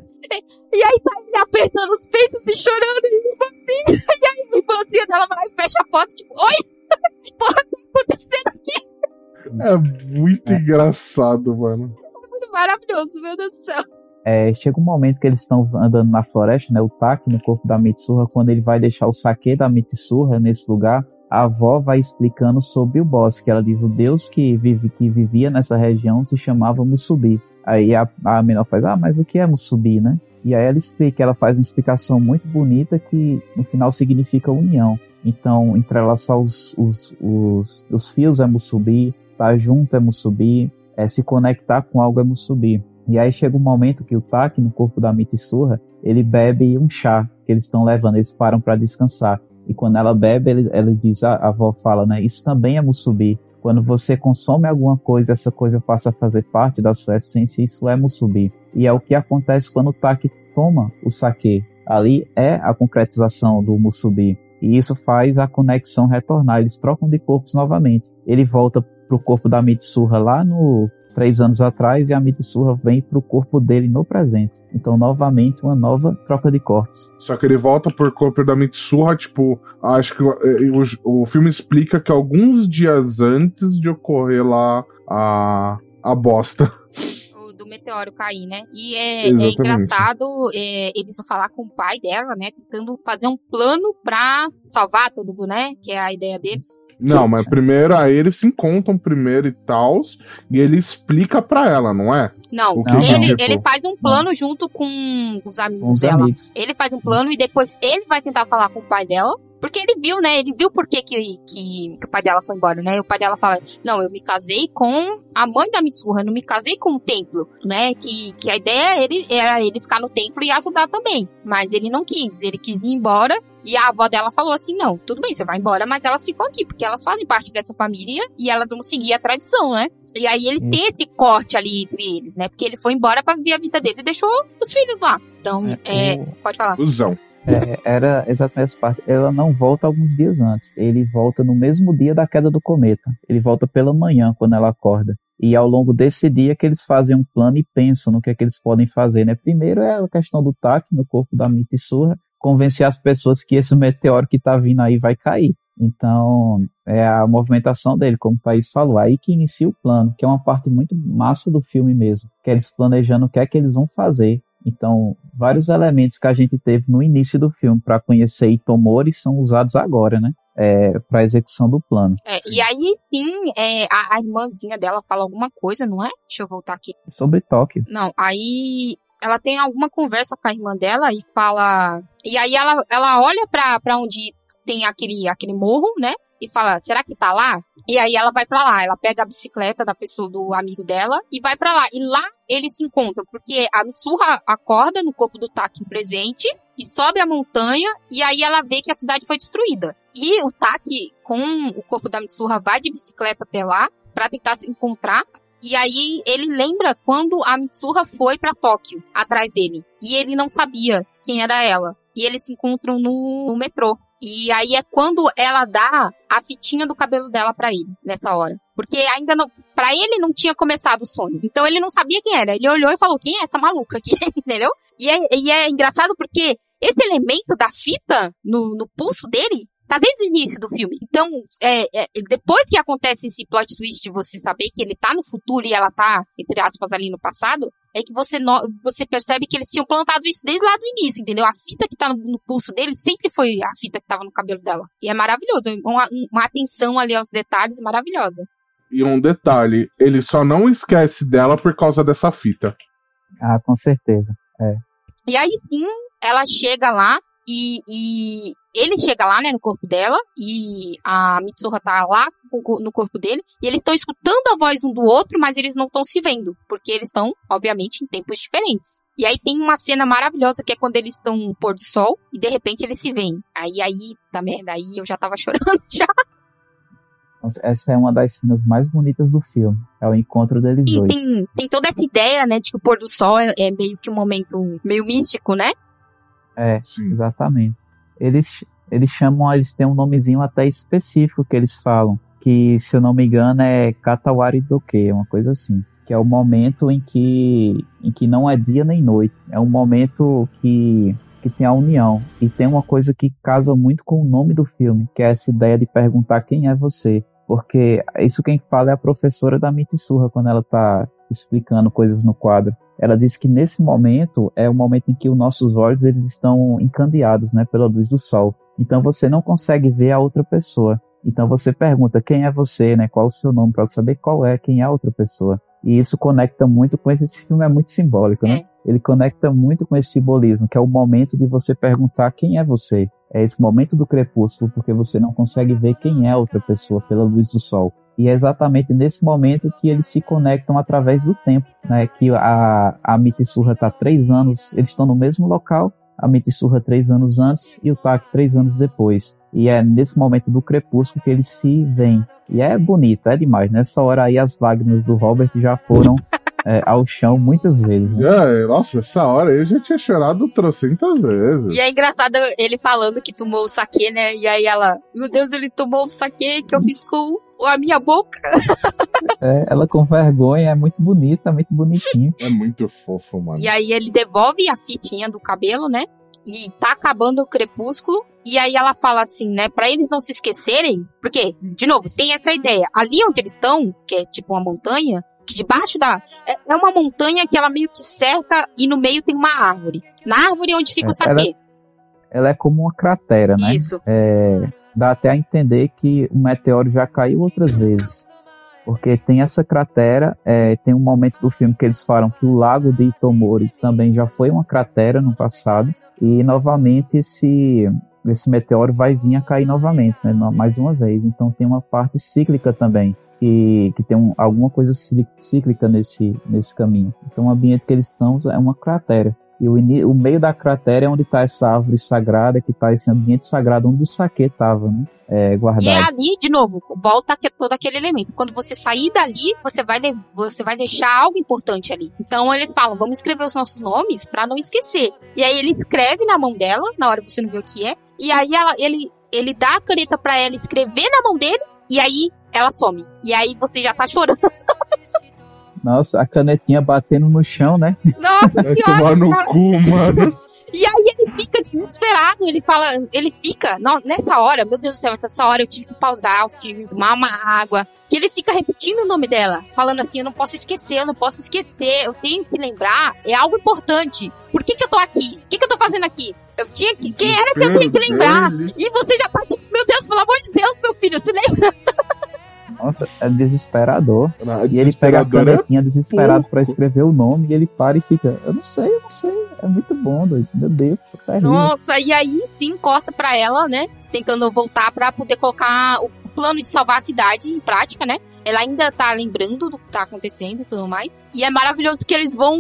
ele apertando os peitos e chorando. E aí a irmãzinha dela vai lá e fecha a porta, tipo, oi? Porra, tá acontecendo aqui? É muito engraçado, mano. É muito maravilhoso, meu Deus do céu. Chega um momento que eles estão andando na floresta, né? O Taki no corpo da Mitsurra, quando ele vai deixar o saquê da Mitsurra nesse lugar, a avó vai explicando sobre o boss, que ela diz, o deus que vivia nessa região se chamava Musubi. Aí a menor faz, mas o que é Musubi, né? E aí ela explica, ela faz uma explicação muito bonita que no final significa união. Então, entrelaçar os fios é Musubi, estar junto é Musubi, se conectar com algo é Musubi. E aí chega um momento que o Taki, no corpo da Mitsurra, ele bebe um chá que eles estão levando, eles param para descansar. E quando ela bebe, ela diz, a avó fala, né, isso também é Musubi. Quando você consome alguma coisa, essa coisa passa a fazer parte da sua essência, isso é Musubi. E é o que acontece quando o Taki toma o saquê. Ali é a concretização do Musubi. E isso faz a conexão retornar. Eles trocam de corpos novamente. Ele volta pro corpo da Mitsurra lá no 3 anos atrás e a Mitsurra vem pro corpo dele no presente. Então, novamente, uma nova troca de corpos. Só que ele volta pro corpo da Mitsurra, tipo, acho que o filme explica que alguns dias antes de ocorrer lá a bosta. Do meteoro cair, né? E é engraçado eles vão falar com o pai dela, né? Tentando fazer um plano pra salvar todo mundo, né? Que é a ideia deles. Não, mas primeiro aí eles se encontram primeiro e tal, e ele explica pra ela, não é? Não, ele faz um plano junto com os amigos dela. Ele faz um plano e depois ele vai tentar falar com o pai dela. Porque ele viu, né? Ele viu por que o pai dela foi embora, né? E o pai dela fala, não, eu me casei com a mãe da Mitsurra, não me casei com o templo, né? Que a ideia era ele ficar no templo e ajudar também. Mas ele não quis, ele quis ir embora. E a avó dela falou assim, não, tudo bem, você vai embora, mas elas ficam aqui, porque elas fazem parte dessa família e elas vão seguir a tradição, né? E aí eles têm esse corte ali entre eles, né? Porque ele foi embora pra viver a vida dele e deixou os filhos lá. Então, pode falar. Ilusão. Era exatamente essa parte. Ela não volta alguns dias antes. Ele volta no mesmo dia da queda do cometa. Ele volta pela manhã, quando ela acorda. E ao longo desse dia que eles fazem um plano e pensam no que é que eles podem fazer, né? Primeiro é a questão do Taki no corpo da Mitsurra, convencer as pessoas que esse meteoro que tá vindo aí vai cair. Então, é a movimentação dele, como o Thaís falou. Aí que inicia o plano, que é uma parte muito massa do filme mesmo. Que é eles planejando o que é que eles vão fazer. Então, vários elementos que a gente teve no início do filme para conhecer Itomori são usados agora, né? Para a execução do plano. E aí sim, a irmãzinha dela fala alguma coisa, não é? Deixa eu voltar aqui. Sobre Tóquio. Não, aí ela tem alguma conversa com a irmã dela e fala... E aí ela olha pra onde tem aquele morro, né? E fala, será que tá lá? E aí ela vai pra lá, ela pega a bicicleta da pessoa, do amigo dela, e vai pra lá. E lá eles se encontram, porque a Mitsurra acorda no corpo do Taki presente, e sobe a montanha, e aí ela vê que a cidade foi destruída. E o Taki, com o corpo da Mitsurra, vai de bicicleta até lá, pra tentar se encontrar E aí ele lembra quando a Mitsuha foi pra Tóquio, atrás dele. E ele não sabia quem era ela. E eles se encontram no metrô. E aí é quando ela dá a fitinha do cabelo dela pra ele, nessa hora. Porque ainda não... Pra ele não tinha começado o sonho. Então ele não sabia quem era. Ele olhou e falou, quem é essa maluca aqui? Entendeu? E é engraçado porque esse elemento da fita no pulso dele tá desde o início do filme. Então, depois que acontece esse plot twist de você saber que ele tá no futuro e ela tá, entre aspas, ali no passado, é que você percebe que eles tinham plantado isso desde lá do início, entendeu? A fita que tá no pulso dele sempre foi a fita que tava no cabelo dela. E é maravilhoso. Uma atenção ali aos detalhes maravilhosa. E um detalhe, ele só não esquece dela por causa dessa fita. Ah, com certeza. E aí sim, ela chega lá e ele chega lá, né, no corpo dela, e a Mitsuha tá lá no corpo dele, e eles estão escutando a voz um do outro, mas eles não estão se vendo, porque eles estão, obviamente, em tempos diferentes. E aí tem uma cena maravilhosa, que é quando eles estão no pôr do sol, e de repente eles se veem. Aí, da merda, aí eu já tava chorando, já. Essa é uma das cenas mais bonitas do filme. É o encontro deles dois. Tem toda essa ideia, né, de que o pôr do sol é meio que um momento meio místico, né? Sim. Exatamente. Eles chamam, eles têm um nomezinho até específico que eles falam, que, se eu não me engano, é Katawari Doke, uma coisa assim. Que é o momento em que não é dia nem noite. É um momento que tem a união. E tem uma coisa que casa muito com o nome do filme, que é essa ideia de perguntar quem é você. Porque isso quem fala é a professora da Mitsuha, quando ela tá explicando coisas no quadro. Ela diz que nesse momento é o momento em que os nossos olhos eles estão encandeados, né, pela luz do sol. Então você não consegue ver a outra pessoa. Então você pergunta quem é você, né, qual o seu nome, para saber quem é a outra pessoa. E isso conecta muito com esse filme, é muito simbólico, né? Ele conecta muito com esse simbolismo, que é o momento de você perguntar quem é você. É esse momento do crepúsculo, porque você não consegue ver quem é a outra pessoa pela luz do sol. E é exatamente nesse momento que eles se conectam através do tempo, né? Que a Mitsuha está 3 anos, eles estão no mesmo local, a Mitsuha 3 anos antes e o Taki 3 anos depois. E é nesse momento do crepúsculo que eles se veem. E é bonito, é demais. Nessa hora aí as lágrimas do Robert já foram ao chão muitas vezes. Né? Nossa, essa hora eu já tinha chorado trocentas vezes. E é engraçado ele falando que tomou o saquê, né? E aí ela, meu Deus, ele tomou o saquê que eu fiz com a minha boca. Ela com vergonha, é muito bonita, muito bonitinho. É muito fofo, mano. E aí ele devolve a fitinha do cabelo, né? E tá acabando o crepúsculo. E aí ela fala assim, né? Pra eles não se esquecerem. Porque, de novo, tem essa ideia. Ali onde eles estão, que é tipo uma montanha, que debaixo é uma montanha que ela meio que cerca e no meio tem uma árvore. Na árvore é onde fica o saquê. Ela é como uma cratera, né? Isso. Dá até a entender que o meteoro já caiu outras vezes. Porque tem essa cratera, tem um momento do filme que eles falam que o lago de Itomori também já foi uma cratera no passado. E novamente esse meteoro vai vir a cair novamente, né? Mais uma vez. Então tem uma parte cíclica também. Que tem alguma coisa cíclica nesse caminho. Então o ambiente que eles estão é uma cratera. E o meio da cratera é onde está essa árvore sagrada, que está esse ambiente sagrado onde o saquê estava, né? Guardado. E é ali, de novo, volta todo aquele elemento. Quando você sair dali, você vai deixar algo importante ali. Então eles falam, vamos escrever os nossos nomes pra não esquecer. E aí ele escreve na mão dela, na hora que você não vê o que é. E aí ele dá a caneta pra ela escrever na mão dele, e aí ela some. E aí você já tá chorando. Nossa, a canetinha batendo no chão, né? Nossa, vai tomar no cu, mano. E aí ele fica desesperado, nessa hora, meu Deus do céu, nessa hora eu tive que pausar o filme, tomar uma água, que ele fica repetindo o nome dela, falando assim, eu não posso esquecer, eu tenho que lembrar, é algo importante. Por que eu tô aqui? O que eu tô fazendo aqui? Quem era que eu tenho que lembrar? E você já tá tipo, meu Deus, pelo amor de Deus, meu filho, se lembra? Nossa, é desesperador. E ele pega a canetinha desesperado pra escrever o nome e ele para e fica, eu não sei. É muito bom, doido. Meu Deus, isso tá terrível. Nossa, e aí sim corta pra ela, né? Tentando voltar pra poder colocar o plano de salvar a cidade em prática, né? Ela ainda tá lembrando do que tá acontecendo e tudo mais. E é maravilhoso que eles vão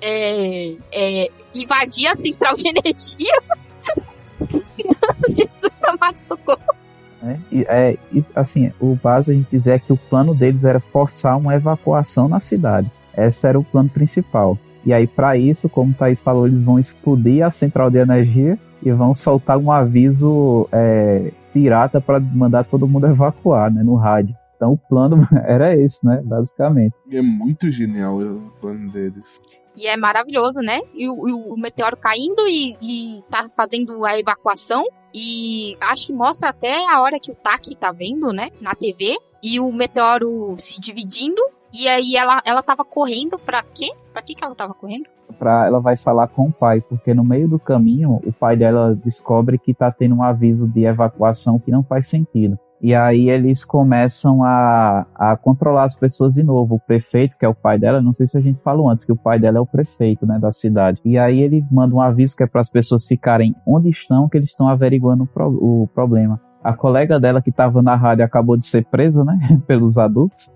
invadir a central de energia. Crianças, Jesus amado, socorro. né? Assim, o base a gente dizer é que o plano deles era forçar uma evacuação na cidade. Esse era o plano principal. E aí, para isso, como o Thaís falou, eles vão explodir a central de energia e vão soltar um aviso pirata para mandar todo mundo evacuar, né, no rádio. Então o plano era esse, né, basicamente. É muito genial o plano deles. E é maravilhoso, né? E o meteoro caindo e tá fazendo a evacuação. E acho que mostra até a hora que o Taki tá vendo, né, na TV. E o meteoro se dividindo. E aí ela tava correndo pra quê? Pra que ela tava correndo? Ela vai falar com o pai, porque no meio do caminho o pai dela descobre que tá tendo um aviso de evacuação que não faz sentido. E aí eles começam a controlar as pessoas de novo. O prefeito, que é o pai dela, não sei se a gente falou antes, que o pai dela é o prefeito, né, da cidade. E aí ele manda um aviso que é para as pessoas ficarem onde estão, que eles estão averiguando o problema. A colega dela que estava na rádio acabou de ser presa, né, pelos adultos.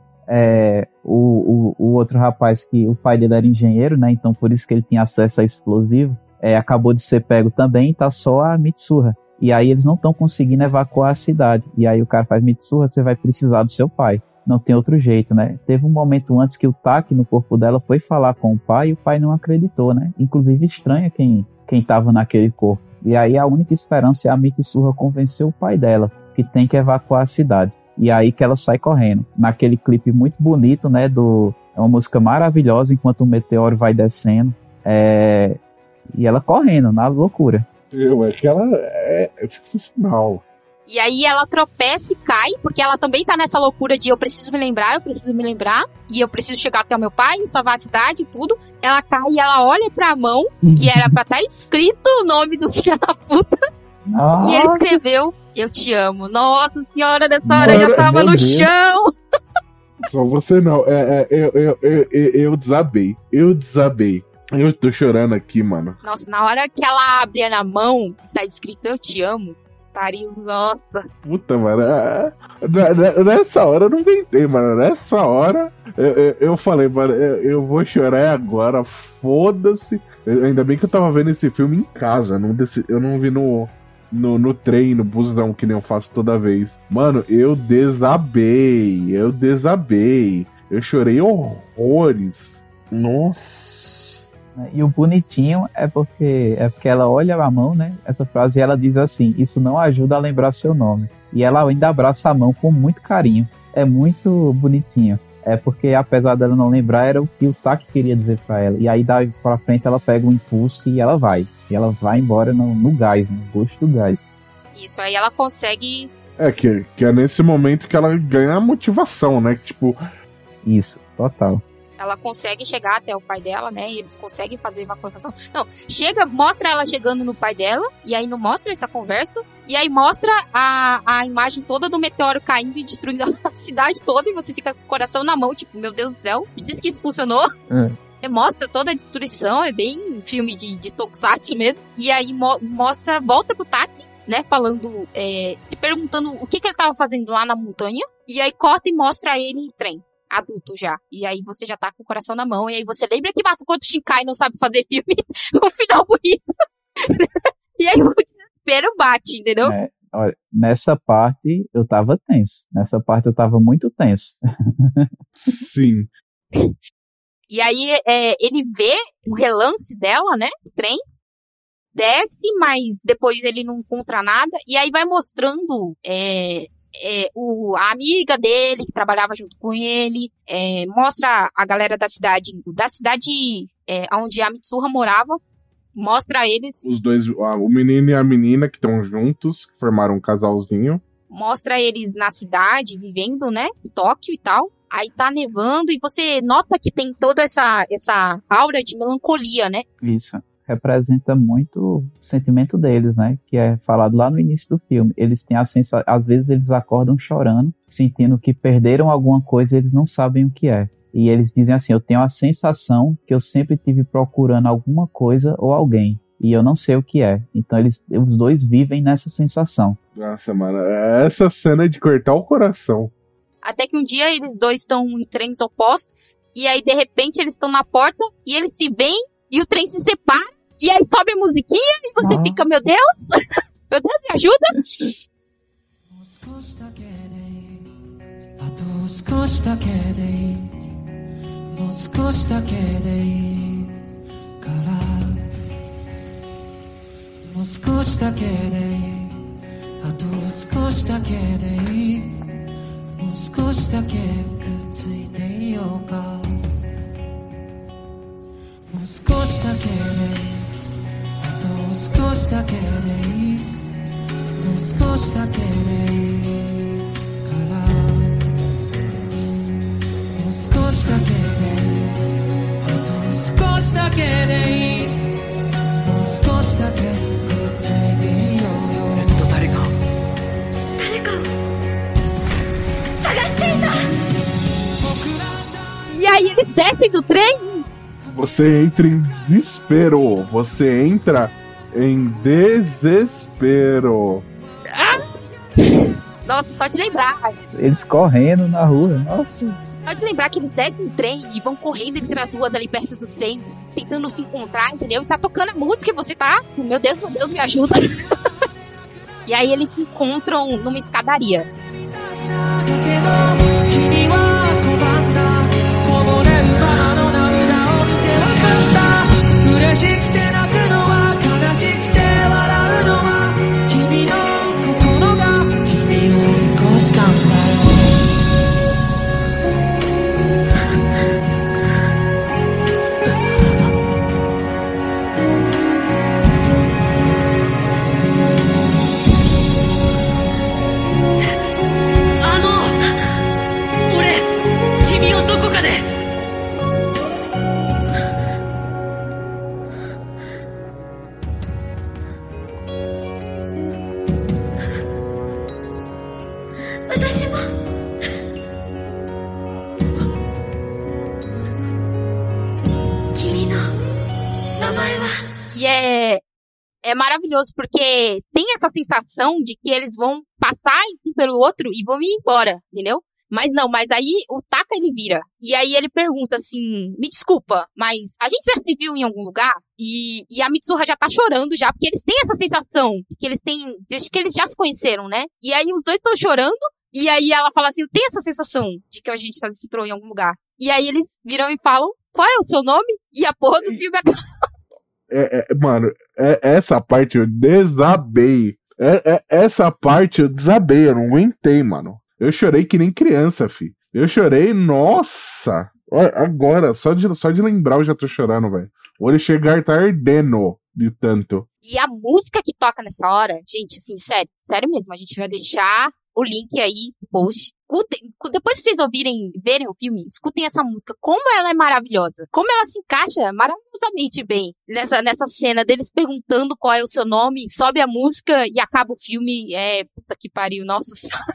O outro rapaz, que o pai dele era engenheiro, né, então por isso que ele tinha acesso a explosivo, acabou de ser pego também, tá só a Mitsuha. E aí eles não estão conseguindo evacuar a cidade. E aí o cara faz: Mitsuha, você vai precisar do seu pai. Não tem outro jeito, né? Teve um momento antes que o Taki no corpo dela foi falar com o pai e o pai não acreditou, né? Inclusive estranha quem tava naquele corpo. E aí a única esperança é a Mitsuha convencer o pai dela que tem que evacuar a cidade. E aí que ela sai correndo. Naquele clipe muito bonito, né? É uma música maravilhosa enquanto o meteoro vai descendo. E ela correndo, na loucura. Eu acho que ela é sensacional. E aí ela tropeça e cai, porque ela também tá nessa loucura de eu preciso me lembrar, e eu preciso chegar até o meu pai, salvar a cidade e tudo. Ela cai e ela olha pra mão, que era pra estar escrito o nome do filho da puta. Nossa. E ele escreveu: eu te amo. Nossa senhora, nessa hora eu já tava no chão. Só você não. Eu desabei. Eu tô chorando aqui, mano. Nossa, na hora que ela abre na mão, tá escrito eu te amo. Pariu, nossa. Puta, mano. Nessa hora eu não inventei, mano. Nessa hora eu falei, mano, eu vou chorar agora. Foda-se. Ainda bem que eu tava vendo esse filme em casa. Eu não vi no trem, no busão, que nem eu faço toda vez. Mano, eu desabei. Eu chorei horrores. Nossa. E o bonitinho é porque ela olha a mão, né? Essa frase, e ela diz assim: isso não ajuda a lembrar seu nome. E ela ainda abraça a mão com muito carinho. É muito bonitinho. É porque, apesar dela não lembrar, era o que o Taki queria dizer pra ela. E aí, daí pra frente, ela pega um impulso e ela vai. E ela vai embora no gás, no gosto do gás. Isso, aí ela consegue... Que é nesse momento que ela ganha a motivação, né? Tipo... Isso, total. Ela consegue chegar até o pai dela, né? E eles conseguem fazer evacuação. Não, mostra ela chegando no pai dela. E aí não mostra essa conversa. E aí mostra a imagem toda do meteoro caindo e destruindo a cidade toda. E você fica com o coração na mão, tipo, meu Deus do céu. Me diz que isso funcionou. Mostra toda a destruição. É bem filme de tokusatsu mesmo. E aí volta pro Taki, né? Falando, se perguntando o que ele tava fazendo lá na montanha. E aí corta e mostra ele em trem. Adulto já. E aí você já tá com o coração na mão. E aí você lembra que Makoto Shinkai não sabe fazer filme um final bonito. E aí o desespero bate, entendeu? Olha, nessa parte eu tava tenso. Nessa parte eu tava muito tenso. Sim. E aí ele vê um relance dela, né? O trem. Desce, mas depois ele não encontra nada. E aí vai mostrando... a amiga dele, que trabalhava junto com ele, mostra a galera da cidade onde a Mitsuha morava, mostra eles... Os dois, o menino e a menina que estão juntos, que formaram um casalzinho. Mostra eles na cidade, vivendo, né, em Tóquio e tal. Aí tá nevando e você nota que tem toda essa aura de melancolia, né? Isso. Representa muito o sentimento deles, né? Que é falado lá no início do filme. Eles têm a sensação, às vezes eles acordam chorando, sentindo que perderam alguma coisa e eles não sabem o que é. E eles dizem assim: eu tenho a sensação que eu sempre tive procurando alguma coisa ou alguém, e eu não sei o que é. Então os dois vivem nessa sensação. Nossa, mano, essa cena é de cortar o coração. Até que um dia eles dois estão em trens opostos, e aí de repente eles estão na porta, e eles se veem, e o trem se separa. E aí sobe a musiquinha e você fica, meu Deus, me ajuda. 少しだけでいいもう少しだけでいいからもう少しだけでいいあと少しだけでいいもう少しだけくっついていようかもう少しだけでいいあと少しだけでいいもう少しだけでいいからもう少しだけでいいあと少しだけでいいもう少しだけくっついていようよずっと誰かを探していた E aí eles descem do trem. Você entra em desespero. Você entra em desespero. Nossa, só de lembrar. Eles correndo na rua, nossa. Só de lembrar que eles descem do trem e vão correndo entre as ruas ali perto dos trens, tentando se encontrar, entendeu? E tá tocando a música e você tá... Meu Deus, me ajuda. E aí eles se encontram numa escadaria. Que é maravilhoso, porque tem essa sensação de que eles vão passar um pelo outro e vão ir embora, entendeu? Mas não, mas aí o Taka ele vira. E aí ele pergunta assim, me desculpa, mas a gente já se viu em algum lugar? E a Mitsuha já tá chorando já, porque eles têm essa sensação que eles têm, de que eles já se conheceram, né? E aí os dois estão chorando, e aí ela fala assim, eu tenho essa sensação de que a gente já se encontrou em algum lugar. E aí eles viram e falam, qual é o seu nome? E a porra do filme acaba. Mano, essa parte eu desabei. Essa parte eu desabei, eu não aguentei, mano. Eu chorei que nem criança, fi. Eu chorei, nossa. Agora, só de lembrar eu já tô chorando, velho. O olho chega a tá ardendo de tanto. E a música que toca nessa hora, gente, assim, sério mesmo, a gente vai deixar o link aí no post. Depois que vocês verem o filme, escutem essa música, como ela é maravilhosa, como ela se encaixa maravilhosamente bem nessa cena deles perguntando qual é o seu nome, sobe a música e acaba o filme. Puta que pariu, nossa senhora.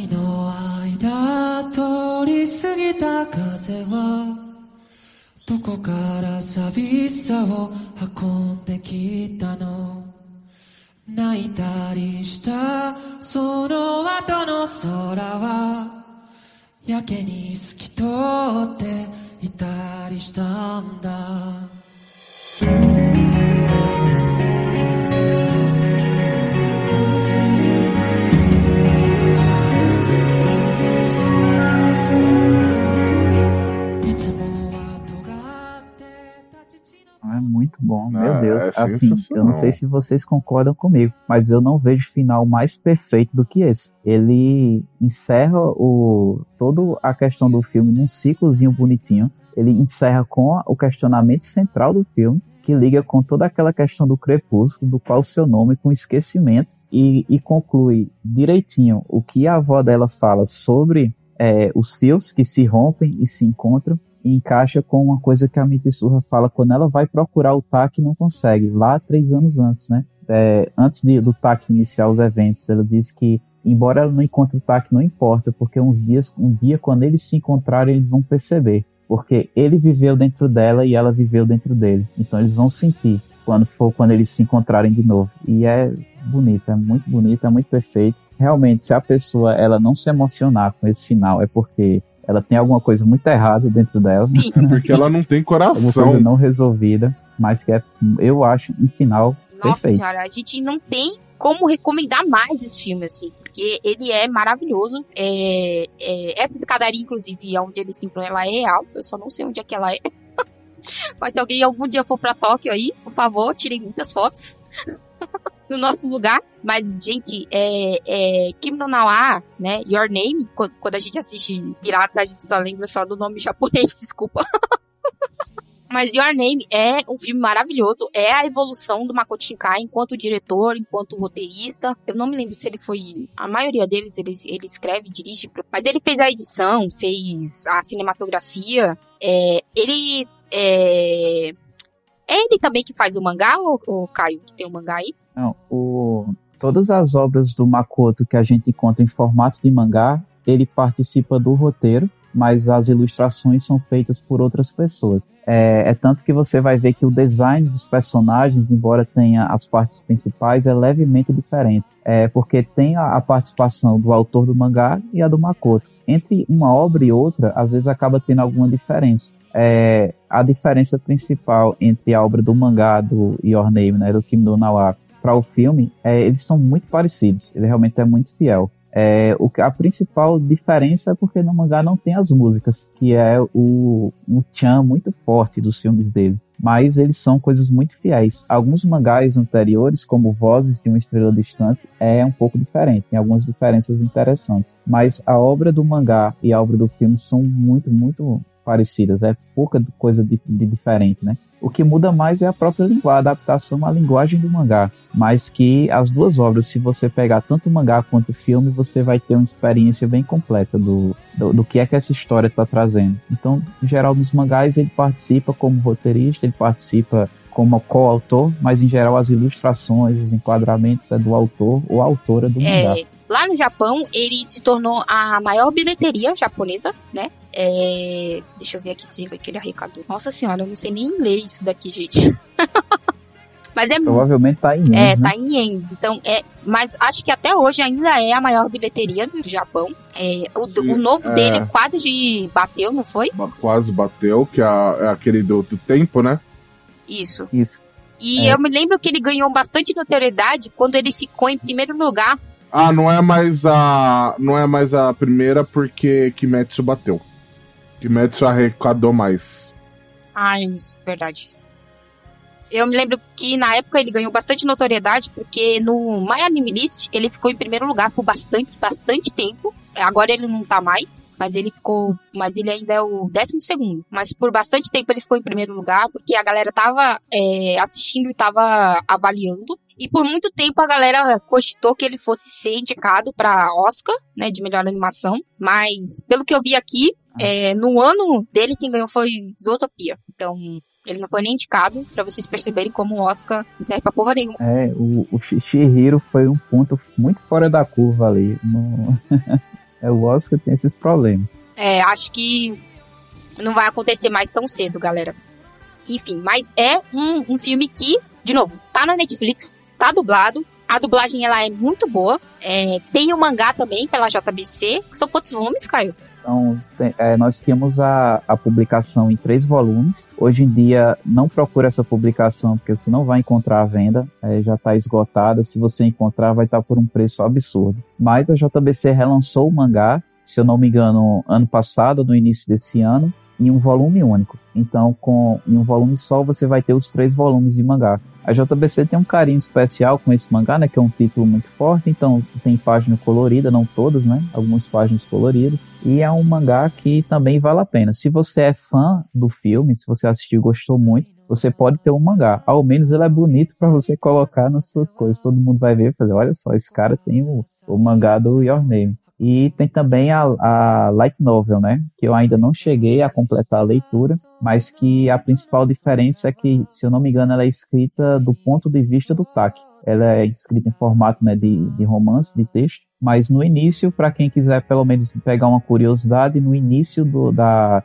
É muito bom, meu Deus. Assim, eu não sei se vocês concordam comigo, mas eu não vejo final mais perfeito do que esse. Ele encerra toda a questão do filme num ciclozinho bonitinho. Ele encerra com o questionamento central do filme, que liga com toda aquela questão do crepúsculo, do qual o seu nome, com esquecimento, e conclui direitinho o que a avó dela fala sobre os fios que se rompem e se encontram, e encaixa com uma coisa que a Mitsuha fala quando ela vai procurar o Taki e não consegue, lá 3 anos antes, né? Antes do Taki iniciar os eventos, ela diz que, embora ela não encontre o Taki, não importa, porque um dia, quando eles se encontrarem, eles vão perceber, porque ele viveu dentro dela e ela viveu dentro dele, então eles vão sentir quando eles se encontrarem de novo. E é bonito, é muito perfeito. Realmente, se a pessoa ela não se emocionar com esse final, é porque ela tem alguma coisa muito errada dentro dela. Sim. Porque ela não tem coração. Alguma coisa não resolvida, mas que eu acho um final Nossa perfeito. senhora, a gente não tem como recomendar mais esse filme, assim. porque ele é maravilhoso. Essa escadaria, inclusive, onde ele se impõe, ela é alta, eu só não sei onde é que ela é. Mas se alguém algum dia for pra Tóquio aí, por favor, tirem muitas fotos no nosso lugar. Mas, gente, Kimi no Na wa, né, Your Name, quando a gente assiste Pirata, a gente só lembra só do nome japonês, desculpa. Mas Your Name é um filme maravilhoso, é a evolução do Makoto Shinkai enquanto diretor, enquanto roteirista. Eu não me lembro se ele foi... A maioria deles, ele escreve, dirige, mas ele fez a edição, fez a cinematografia. Ele também que faz o mangá, ou Caio, que tem o mangá aí? Não, todas as obras do Makoto que a gente encontra em formato de mangá, ele participa do roteiro, mas as ilustrações são feitas por outras pessoas. É tanto que você vai ver que o design dos personagens, embora tenha as partes principais, é levemente diferente. Porque tem a participação do autor do mangá e a do Makoto. Entre uma obra e outra, às vezes acaba tendo alguma diferença. A diferença principal entre a obra do mangá do Your Name, né, do Kimi no Na wa, para o filme, eles são muito parecidos. Ele realmente é muito fiel. A principal diferença é porque no mangá não tem as músicas, que é o tchan muito forte dos filmes dele. Mas eles são coisas muito fiéis. Alguns mangás anteriores, como Vozes de uma Estrela Distante, é um pouco diferente. Tem algumas diferenças interessantes. Mas a obra do mangá e a obra do filme são muito, muito parecidas. É pouca coisa de diferente, né? O que muda mais é a própria linguagem, a adaptação à linguagem do mangá. Mas que as duas obras, se você pegar tanto o mangá quanto o filme, você vai ter uma experiência bem completa do que é que essa história está trazendo. Então, em geral, nos mangás ele participa como roteirista, ele participa como coautor, mas em geral as ilustrações, os enquadramentos é do autor ou autora do mangá. Lá no Japão, ele se tornou a maior bilheteria japonesa, né? Deixa eu ver aqui se ele arrecadou. Nossa senhora, eu não sei nem ler isso daqui, gente. Mas provavelmente tá em ienes, né? Tá em ienes. Então, mas acho que até hoje ainda é a maior bilheteria do Japão. O novo dele quase bateu, não foi? Quase bateu, que é aquele do tempo, né? Isso. E eu me lembro que ele ganhou bastante notoriedade quando ele ficou em primeiro lugar. Não é mais a primeira porque Kimetsu bateu. Kimetsu arrecadou mais. Isso, verdade. Eu me lembro que na época ele ganhou bastante notoriedade porque no My Anime List ele ficou em primeiro lugar por bastante tempo. Agora ele não tá mais, mas ele ainda é o 12º. Mas por bastante tempo ele ficou em primeiro lugar porque a galera tava assistindo e tava avaliando. E por muito tempo a galera cogitou que ele fosse ser indicado pra Oscar, né, de melhor animação. Mas pelo que eu vi aqui, no ano dele quem ganhou foi Zootopia. Então ele não foi nem indicado, pra vocês perceberem como o Oscar não serve pra porra nenhuma. O Chihiro foi um ponto muito fora da curva ali. O Oscar tem esses problemas. Acho que não vai acontecer mais tão cedo, galera. Enfim, mas é um filme que, de novo, tá na Netflix, tá dublado. A dublagem, ela é muito boa. Tem o mangá também, pela JBC. São quantos volumes, Caio? Nós tínhamos a publicação em 3 volumes. Hoje em dia, não procura essa publicação, porque você não vai encontrar à venda. Já está esgotada. Se você encontrar, vai estar por um preço absurdo. Mas a JBC relançou o mangá, se eu não me engano, ano passado, no início desse ano, em um volume único. Então, em um volume só, você vai ter os 3 volumes de mangá. A JBC tem um carinho especial com esse mangá, né, que é um título muito forte, então tem página colorida, não todas, né, algumas páginas coloridas, e é um mangá que também vale a pena. Se você é fã do filme, se você assistiu e gostou muito, você pode ter um mangá. Ao menos ele é bonito para você colocar nas suas coisas. Todo mundo vai ver e fazer, olha só, esse cara tem o mangá do Your Name. E tem também a Light Novel, né? Que eu ainda não cheguei a completar a leitura, mas que a principal diferença é que, se eu não me engano, ela é escrita do ponto de vista do Taki. Ela é escrita em formato, né, de romance, de texto, mas no início, para quem quiser pelo menos pegar uma curiosidade, no início da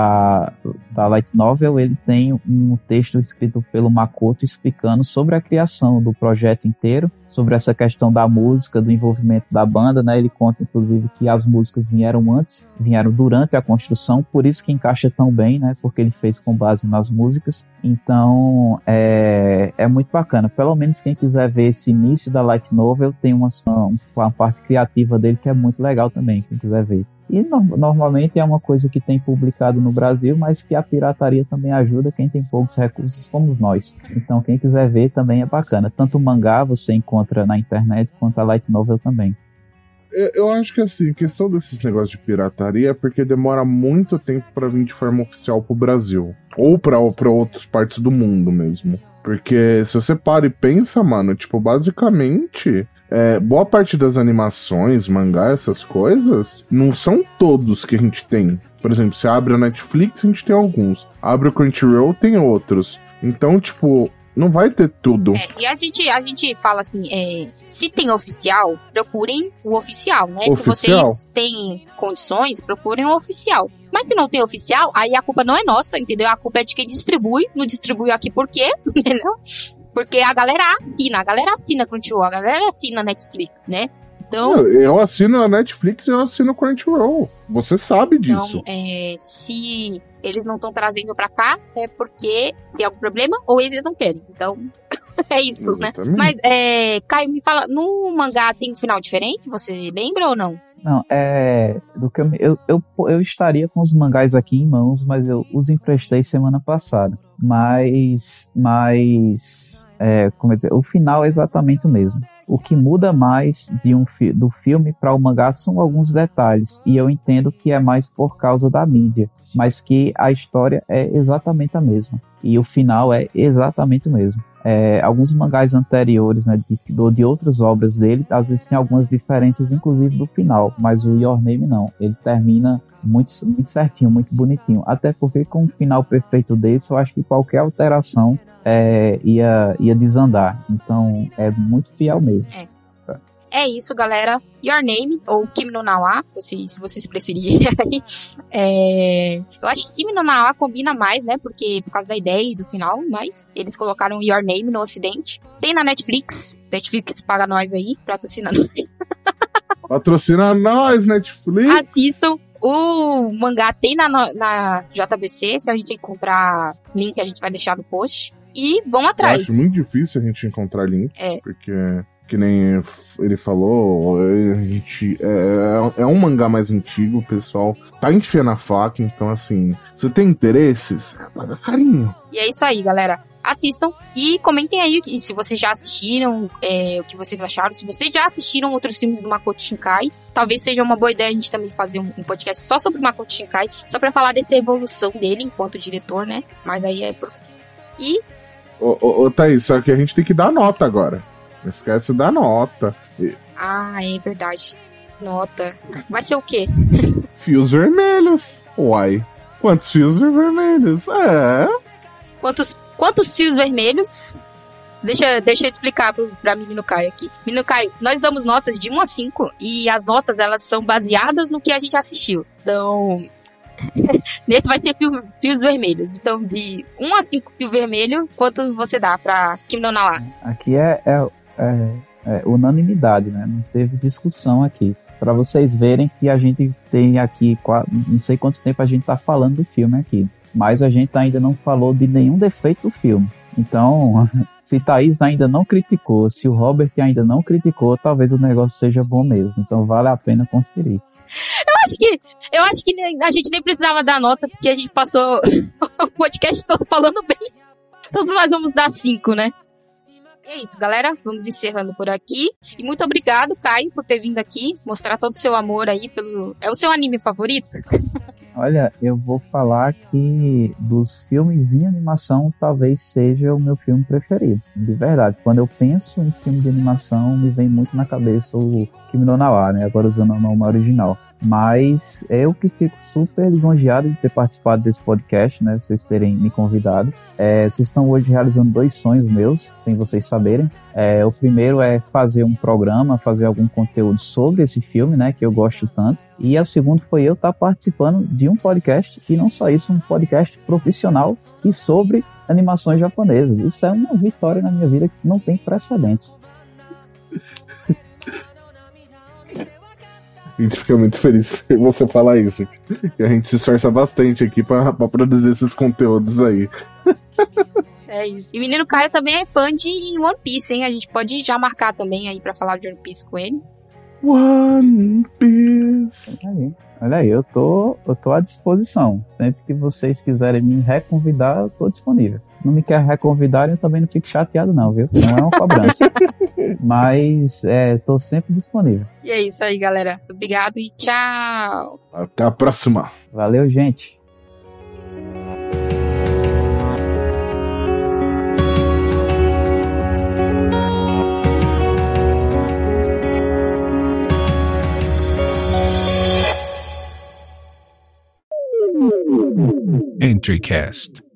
Light Novel, ele tem um texto escrito pelo Makoto explicando sobre a criação do projeto inteiro, sobre essa questão da música, do envolvimento da banda, né? Ele conta, inclusive, que as músicas vieram durante a construção, por isso que encaixa tão bem, né? Porque ele fez com base nas músicas. Então, é muito bacana. Pelo menos quem quiser ver esse início da Light Novel, tem uma parte criativa dele, que é muito legal também, quem quiser ver. E normalmente é uma coisa que tem publicado no Brasil, mas que a pirataria também ajuda quem tem poucos recursos como nós. Então quem quiser ver também é bacana. Tanto o mangá você encontra na internet, quanto a light novel também. Eu acho que assim, a questão desses negócios de pirataria é porque demora muito tempo pra vir de forma oficial pro Brasil. Ou pra outras partes do mundo mesmo. Porque se você para e pensa, mano, tipo, basicamente, boa parte das animações, mangá, essas coisas, não são todos que a gente tem. Por exemplo, você abre a Netflix, a gente tem alguns. Abre o Crunchyroll, tem outros. Então, tipo, não vai ter tudo. E a gente fala assim, se tem oficial, procurem o oficial, né? Oficial. Se vocês têm condições, procurem o oficial. Mas se não tem oficial, aí a culpa não é nossa, entendeu? A culpa é de quem distribui. Não distribui aqui por quê? Entendeu? Porque a galera assina Crunchyroll, a galera assina Netflix, né? Então, eu assino a Netflix e eu assino o Crunchyroll. Você sabe disso. Então, se eles não estão trazendo pra cá, é porque tem algum problema ou eles não querem. Então, é isso, exatamente, né? Mas, Caio, me fala, no mangá tem um final diferente? Você lembra ou não? Não, do que eu estaria com os mangás aqui em mãos, mas eu os emprestei semana passada. Mas como é dizer, o final é exatamente o mesmo. O que muda mais do filme para o mangá são alguns detalhes, e eu entendo que é mais por causa da mídia, mas que a história é exatamente a mesma, e o final é exatamente o mesmo. Alguns mangás anteriores, né, de outras obras dele, às vezes tem algumas diferenças, inclusive do final, mas o Your Name não, ele termina muito, muito certinho, muito bonitinho, até porque com um final perfeito desse, eu acho que qualquer alteração ia desandar, então é muito fiel mesmo. É isso, galera. Your Name, ou Kimi no Na wa, se vocês preferirem. Eu acho que Kimi no Na wa combina mais, né? Por causa da ideia e do final, mas eles colocaram Your Name no ocidente. Tem na Netflix. Netflix paga nós aí, patrocinando. Patrocina nós, Netflix. Assistam. O mangá tem na JBC. Se a gente encontrar link, a gente vai deixar no post. E vão atrás. Eu acho muito difícil a gente encontrar link. Porque, que nem ele falou, a gente é um mangá mais antigo, o pessoal tá enfiando a faca, então assim, se tem interesses, paga carinho. E é isso aí, galera. Assistam e comentem aí se vocês já assistiram, o que vocês acharam. Se vocês já assistiram outros filmes do Makoto Shinkai, talvez seja uma boa ideia a gente também fazer um podcast só sobre o Makoto Shinkai, só pra falar dessa evolução dele enquanto diretor, né? Mas aí é profundo. E... Ô, Thaís, só que a gente tem que dar nota agora. Não esquece da nota. Ah, é verdade. Nota. Vai ser o quê? Fios vermelhos. Uai. Quantos fios vermelhos? Quantos fios vermelhos? Deixa eu explicar pra menino Caio aqui. Menino Caio, nós damos notas de 1 a 5 e as notas, elas são baseadas no que a gente assistiu. Então, nesse vai ser fios vermelhos. Então, de 1 a 5 fio vermelho, quanto você dá pra Kimi no Na wa? Aqui é unanimidade, né? Não teve discussão aqui. Pra vocês verem que a gente tem aqui, não sei quanto tempo a gente tá falando do filme aqui. Mas a gente ainda não falou de nenhum defeito do filme. Então, se Thaís ainda não criticou, se o Robert ainda não criticou, talvez o negócio seja bom mesmo. Então vale a pena conferir. Eu acho que a gente nem precisava dar nota, porque a gente passou o podcast todo falando bem. Todos nós vamos dar 5, né? E é isso, galera. Vamos encerrando por aqui. E muito obrigado, Caio, por ter vindo aqui, mostrar todo o seu amor aí pelo... É o seu anime favorito? Olha, eu vou falar que dos filmes em animação, talvez seja o meu filme preferido. De verdade, quando eu penso em filme de animação, me vem muito na cabeça o Kimi no Na wa, né? Agora usando o nome original. Mas eu que fico super lisonjeado de ter participado desse podcast, né? Vocês terem me convidado. Vocês estão hoje realizando 2 sonhos meus, sem vocês saberem. O primeiro é fazer um programa, fazer algum conteúdo sobre esse filme, né? Que eu gosto tanto. E o segundo foi eu estar participando de um podcast, e não só isso, um podcast profissional e sobre animações japonesas. Isso é uma vitória na minha vida que não tem precedentes. A gente fica muito feliz por você falar isso. E a gente se esforça bastante aqui pra produzir esses conteúdos aí. É isso. E o menino Caio também é fã de One Piece, hein? A gente pode já marcar também aí pra falar de One Piece com ele. One Piece. Olha aí, eu tô à disposição. Sempre que vocês quiserem me reconvidar, eu tô disponível. Se não me quer reconvidar, eu também não fico chateado não, viu? Não é uma cobrança. Mas tô sempre disponível. E é isso aí, galera. Obrigado e tchau! Até a próxima. Valeu, gente. EntryCast.